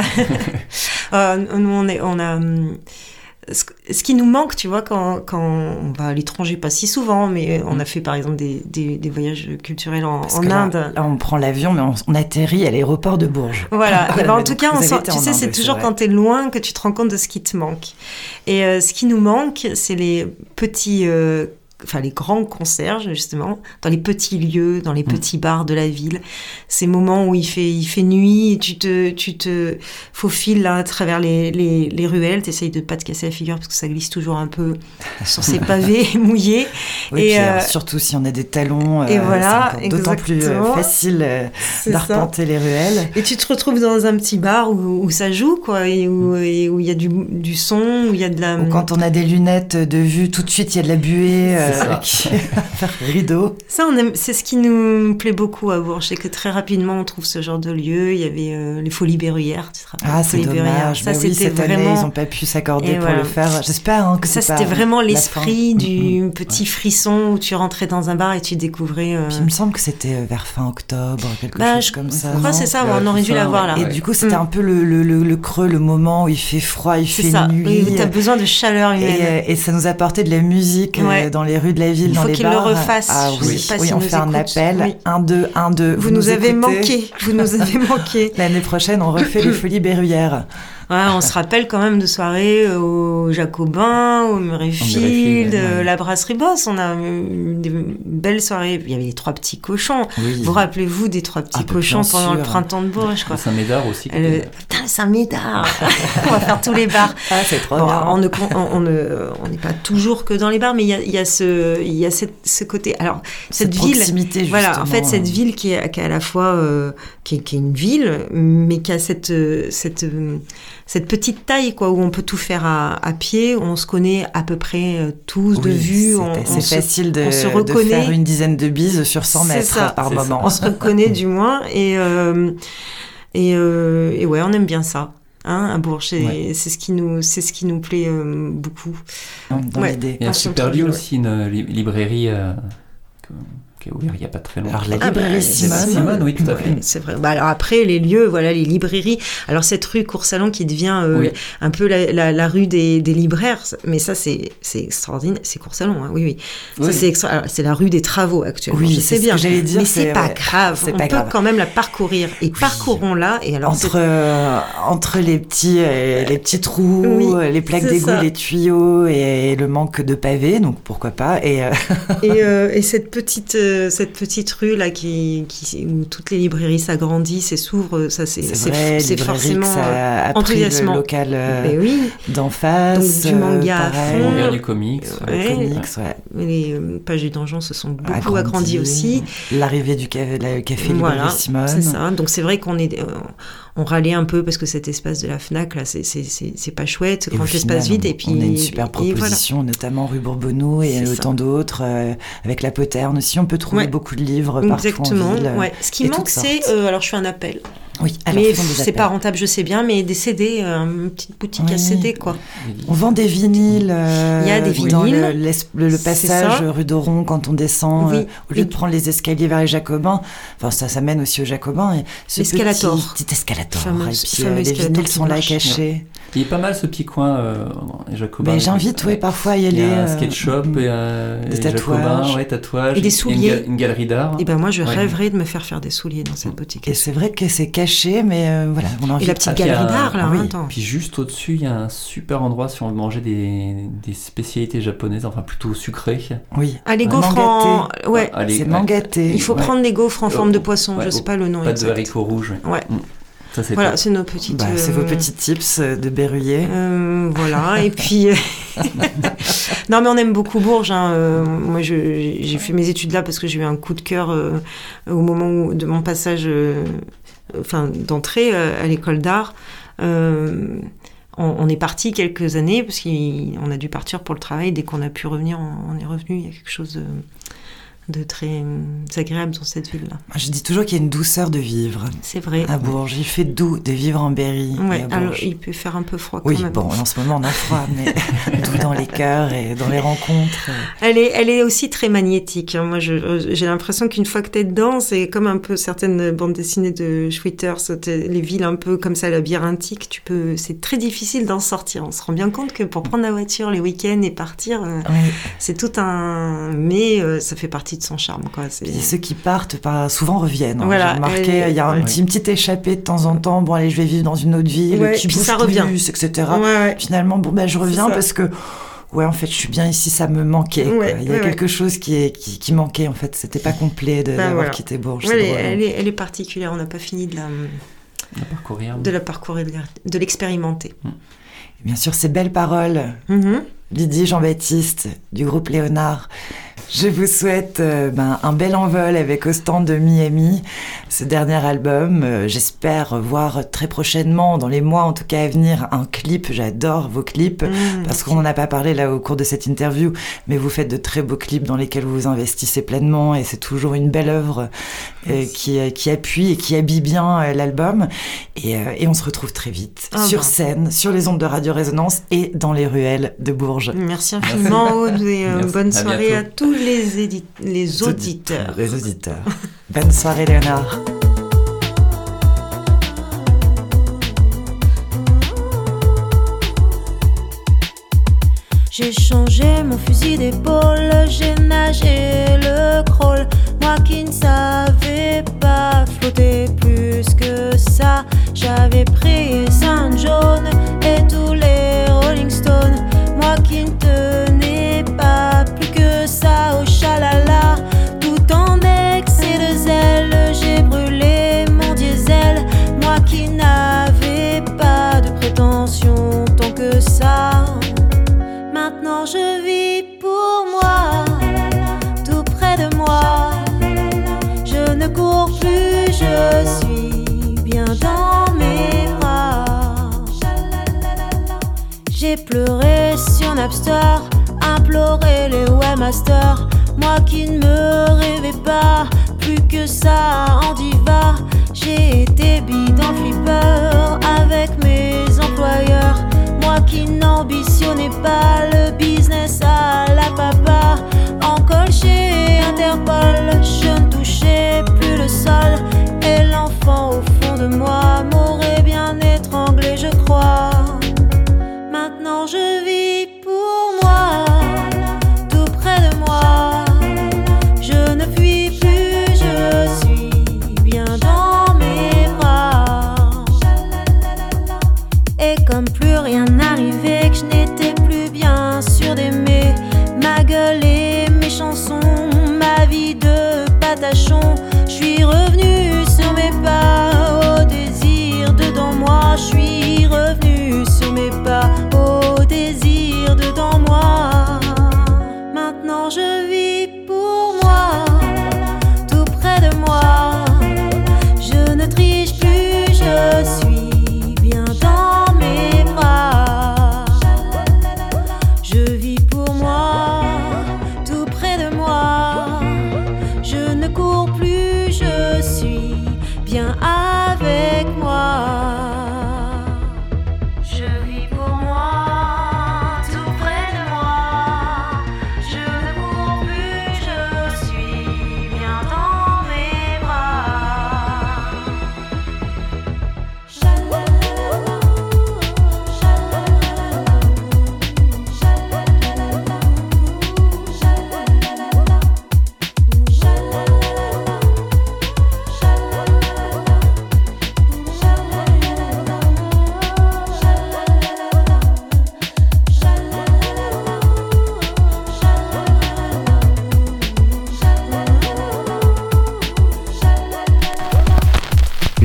euh, nous, on, est, on a... hum, Ce ce qui nous manque, tu vois, quand, quand on va à l'étranger, pas si souvent, mais on a fait par exemple des, des, des voyages culturels en, Parce en que là, Inde. Là, on prend l'avion, mais on, on atterrit à l'aéroport de Bourges. Voilà. Et ben, en tout Donc, cas, on vous avez sent- été tu en sais, Inde, c'est toujours vrai. quand t'es loin que tu te rends compte de ce qui te manque. Et euh, ce qui nous manque, c'est les petits, euh, enfin les grands concerts justement, dans les petits lieux, dans les petits bars de la ville. Ces moments où il fait, il fait nuit, et tu te, tu te faufiles là à travers les, les, les ruelles. T'essayes de pas te casser la figure parce que ça glisse toujours un peu sur ces pavés mouillés. Oui, et puis, euh, alors, surtout si on a des talons, et euh, voilà, c'est encore d'autant plus euh, exactement. facile euh, C'est d'arpenter les ruelles. Et tu te retrouves dans un petit bar où, où ça joue, quoi, et où et où il y a du, du son, où il y a de la... Ou quand on a des lunettes de vue, tout de suite il y a de la buée euh, C'est ça. qui va faire rideau. Ça, on aime, c'est ce qui nous plaît beaucoup à Bourges, c'est que très rapidement on trouve ce genre de lieu. Il y avait euh, les Folies Berruyères, tu te rappelles? Ah, les c'est Folies Berruyères. dommage. Ça, Mais oui, c'était cette année, vraiment... ils n'ont pas pu s'accorder Et pour voilà. le faire. J'espère hein, que Ça, c'est c'était pas vraiment la l'esprit fin. du Mhm. petit frisson où tu rentrais dans un bar et tu découvrais... euh, Puis il me semble que c'était euh, vers fin octobre, quelque Bah, chose je comme ça. je crois que non c'est ça, Ouais, on aurait c'est dû ça, l'avoir là. Et ouais. du coup, c'était Mm. un peu le, le, le, le creux, le moment où il fait froid, il C'est fait ça, nuit. oui, t'as besoin de chaleur humaine. Et, euh, et ça nous apportait de la musique euh, Ouais. dans les rues de la ville, Il dans faut les qu'ils le bars. refassent. Ah Je oui, sais pas oui s'ils on nous fait un écoutent. appel. Oui. Un, deux, un, deux. Vous, nous avez écoutez. manqué, vous nous avez manqué. L'année prochaine, on refait les Folies Berruyères. Ouais, on se rappelle quand même de soirées au Jacobin, au Murrayfield, Murrayfield, euh, ouais. la Brasserie Boss. On a eu des belles soirées. Il y avait les Trois Petits Cochons. Oui. Vous rappelez-vous des Trois Petits Ah, bah, Cochons bien pendant sûr. le printemps de Bourges, quoi. Le Saint-Médard aussi. qui Euh, était- putain, le Saint-Médard. On va faire tous les bars. Ah, c'est trop Bon, bien. on ne on, on ne on n'est pas toujours que dans les bars, mais il y a, il y a ce il y a cette, ce côté. Alors cette, Cette ville, proximité, voilà, en fait justement. cette ville qui est, qui est à la fois euh, qui, est, qui est une ville, mais qui a cette euh, cette euh, cette petite taille quoi, où on peut tout faire à, à pied, où on se connaît à peu près euh, tous de Oui, vue, c'est- on, on c'est se- facile de, on se de reconnaît. faire une dizaine de bises sur cent C'est mètres ça. par C'est ça. moment. on se reconnaît du moins et euh, et, euh, et ouais, on aime bien ça. Hein, à Bourges, c'est Ouais. c'est ce qui nous c'est ce qui nous plaît euh, beaucoup. Dans Ouais. l'idée. Il y a un Ah, sur super le lieu ouais. aussi, une li- librairie euh, que- qui est ouverte il n'y a pas très longtemps. Alors, la Ah, librairie bah, Simone. c'est Simone, oui, tout à fait. Ouais, c'est vrai. Bah, alors après, les lieux, voilà, les librairies. Alors cette rue Coursalon qui devient euh, Oui. un peu la, la, la rue des, des libraires, mais ça c'est c'est extraordinaire. C'est Coursalon, hein, oui, oui. Ça Oui. c'est extra... alors, c'est la rue des travaux actuellement. Oui, je c'est sais ce bien. que j'allais dire, mais c'est- c'est pas ouais, grave. c'est On pas peut grave. quand même la parcourir et parcourons-la. Et alors c'est- Entre, euh, entre les petits, euh, les petits trous, Oui, euh, les plaques c'est d'égout, ça. les tuyaux et le manque de pavés, donc pourquoi pas. Et euh, et, euh, et cette petite euh, cette petite rue là qui, qui où toutes les librairies s'agrandissent et s'ouvrent, ça c'est c'est c'est vrai, c'est librairie forcément que ça a pris enthousiasmant. le local euh, Mais oui. d'en face. Donc, du manga à pareil, fond. On vient du comics. Ouais. ouais. comics, ouais. Les euh, pages du donjon se sont beaucoup Agrandi. agrandies aussi. L'arrivée du café, la café librairie Voilà, Simone. c'est ça. Donc c'est vrai qu'on est, euh, on râlait un peu parce que cet espace de la Fnac là, c'est c'est c'est c'est pas chouette, Et au grand final, espace vide. on- Et puis on a une super et voilà. proposition, notamment rue Bourbonneau et C'est ça. autant d'autres, euh, avec la Poterne aussi. On peut trouver Ouais. beaucoup de livres partout Exactement. en ville. Ouais. Ce qui et manque, toutes c'est sortes. euh, alors je fais un appel. Oui, alors mais faisons des c'est appels. pas rentable, je sais bien, mais des C D, euh, une petite boutique Oui. à C D, quoi. On vend des vinyles. euh, Il y a des dans vinyles. le, l'es- le- le C'est passage ça. rue d'Oron quand on descend, Oui. euh, au lieu Et- de prendre les escaliers vers les Jacobins. Enfin, ça, ça mène aussi aux Jacobins. Et ce L'escalator. Petit, petit escalator. Fameux- et puis fameux euh, les escalator vinyles qui sont là marche. cachés. Il est pas mal ce petit coin, euh, dans les Jacobins. Mais j'invite, oui, parfois à y aller. Il y a un euh, skate shop et euh, des les tatouages. Jacobins, ouais, tatouages. Et des Il y a souliers. Une, ga- une galerie d'art. Et ben moi, je Ouais. rêverais de me faire faire des souliers dans cette boutique. Et c'est vrai que c'est caché, mais euh, voilà, on a envie Et la de- petite Ah, puis il y a galerie un- d'art, là, oui. hein, attends. Puis juste au-dessus, il y a un super endroit si on veut manger des, des spécialités japonaises, enfin plutôt sucrées. Oui. Ah, les Un gaufres en... Ouais, Ah, allez, C'est ouais. mangaté. il faut Ouais. prendre des gaufres en forme de Oh, poisson, ouais, je sais oh, pas le nom Pas de exact. haricots rouges. Ouais. Mm. Ça, c'est Voilà, top. c'est nos petites... Bah, c'est vos euh, petits tips euh, de Berruyer. Euh, voilà, et puis... euh, non, mais on aime beaucoup Bourges. Hein. Euh, moi, je- j'ai j'ai fait mes études là parce que j'ai eu un coup de cœur euh, au moment où- de mon passage, euh, enfin, d'entrée euh, à l'école d'art. Euh, on, on est parti quelques années parce qu'on a dû partir pour le travail. Dès qu'on a pu revenir, on, on est revenu. Il y a quelque chose de, de très euh, agréable dans cette ville-là. Je dis toujours qu'il y a une douceur de vivre C'est vrai. à Bourges. Il fait doux de vivre en Berry. Ouais, et à alors Bourges. il peut faire un peu froid quand Oui, même. bon, en ce moment on a froid, mais doux dans les cœurs et dans les rencontres. Elle est, elle est aussi très magnétique. hein. Moi, je, j'ai l'impression qu'une fois que t'es dedans, c'est comme un peu certaines bandes dessinées de Schwitters, t'es- les villes un peu comme ça, labyrinthiques. Tu peux, c'est très difficile d'en sortir. On se rend bien compte que pour prendre la voiture les week-ends et partir, euh, Oui. c'est tout un. Mais euh, ça fait partie de son charme, quoi. C'est... Et ceux qui partent par- souvent reviennent. hein. Voilà, J'ai remarqué, et- il y a un ouais. petit, une petite échappée de temps en temps. Bon, allez, je vais vivre dans une autre ville. Ouais, qui puis bouge ça revient. plus, et cetera. Ouais, ouais. Finalement, bon, ben, je reviens ça. parce que, ouais, en fait, je suis bien ici, ça me manquait. quoi. Ouais, Il y a ouais, quelque chose qui, est, qui, qui manquait, en fait. C'était pas complet de, Ben, d'avoir voilà. quitté Bourges. Ouais, c'est elle, est, drôle. elle, est, elle est particulière. On n'a pas fini de la, On va parcourir. de la parcourir, de la- de l'expérimenter. Bien sûr, ces belles paroles. Mhm. Lydie Jean-Baptiste du groupe Léonard. Je vous souhaite euh, ben, un bel envol avec Au stand de Miami, ce dernier album. Euh, j'espère voir très prochainement, dans les mois en tout cas à venir, un clip. J'adore vos clips, Mmh, parce qu'on n'en a pas parlé là au cours de cette interview, mais vous faites de très beaux clips dans lesquels vous vous investissez pleinement et c'est toujours une belle œuvre euh, qui, qui appuie et qui habille bien euh, l'album. Et, euh, et on se retrouve très vite Ah sur ben. scène, sur les ondes de Radio Résonance et dans les ruelles de Bourges. Merci infiniment, Aude, et euh, Merci. bonne À soirée bientôt. à tous les, édi- les auditeurs. Les auditeurs. Bonne soirée, Léonard. J'ai changé mon fusil d'épaule, j'ai nagé le crawl. Moi qui ne savais pas flotter plus que ça, j'avais pris Saint John et tous les Rolling Stones. Moi qui ne tenais pas plus que ça au chalala, tout en excès de zèle, j'ai brûlé mon diesel. Moi qui n'avais pas de prétention tant que ça. Maintenant je vis pour moi, tout près de moi. Je ne cours plus, je suis bien dans mes bras. J'ai pleuré sur Napster, imploré les webmasters. Moi qui ne me rêvais pas plus que ça en diva. J'ai été bidon flipper avec mes employeurs. Moi qui n'ambitionnais pas le business à la papa. En col chez Interpol, je ne touchais plus le sol. Et l'enfant au fond de moi m'aurait bien étranglé, je crois. Maintenant je vis pour moi, tout près de moi. Je ne fuis plus, je suis bien dans mes bras. Et comme plus rien n'arrivait, que je n'étais plus bien sûre d'aimer ma gueule et mes chansons, ma vie de patachon, je suis revenue sur mes pas, au désir dedans moi. Je suis revenue sur mes pas, au désir dedans moi. Maintenant je vis pour moi, tout près de moi. Je ne triche plus, je suis bien dans mes bras.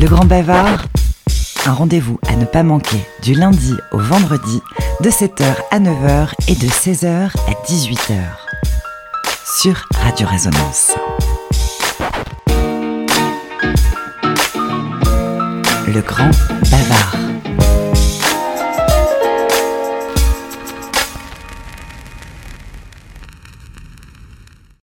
Le Grand Bavard, un rendez-vous à ne pas manquer du lundi au vendredi de sept heures à neuf heures et de seize heures à dix-huit heures sur Radio Résonance. Le Grand Bavard.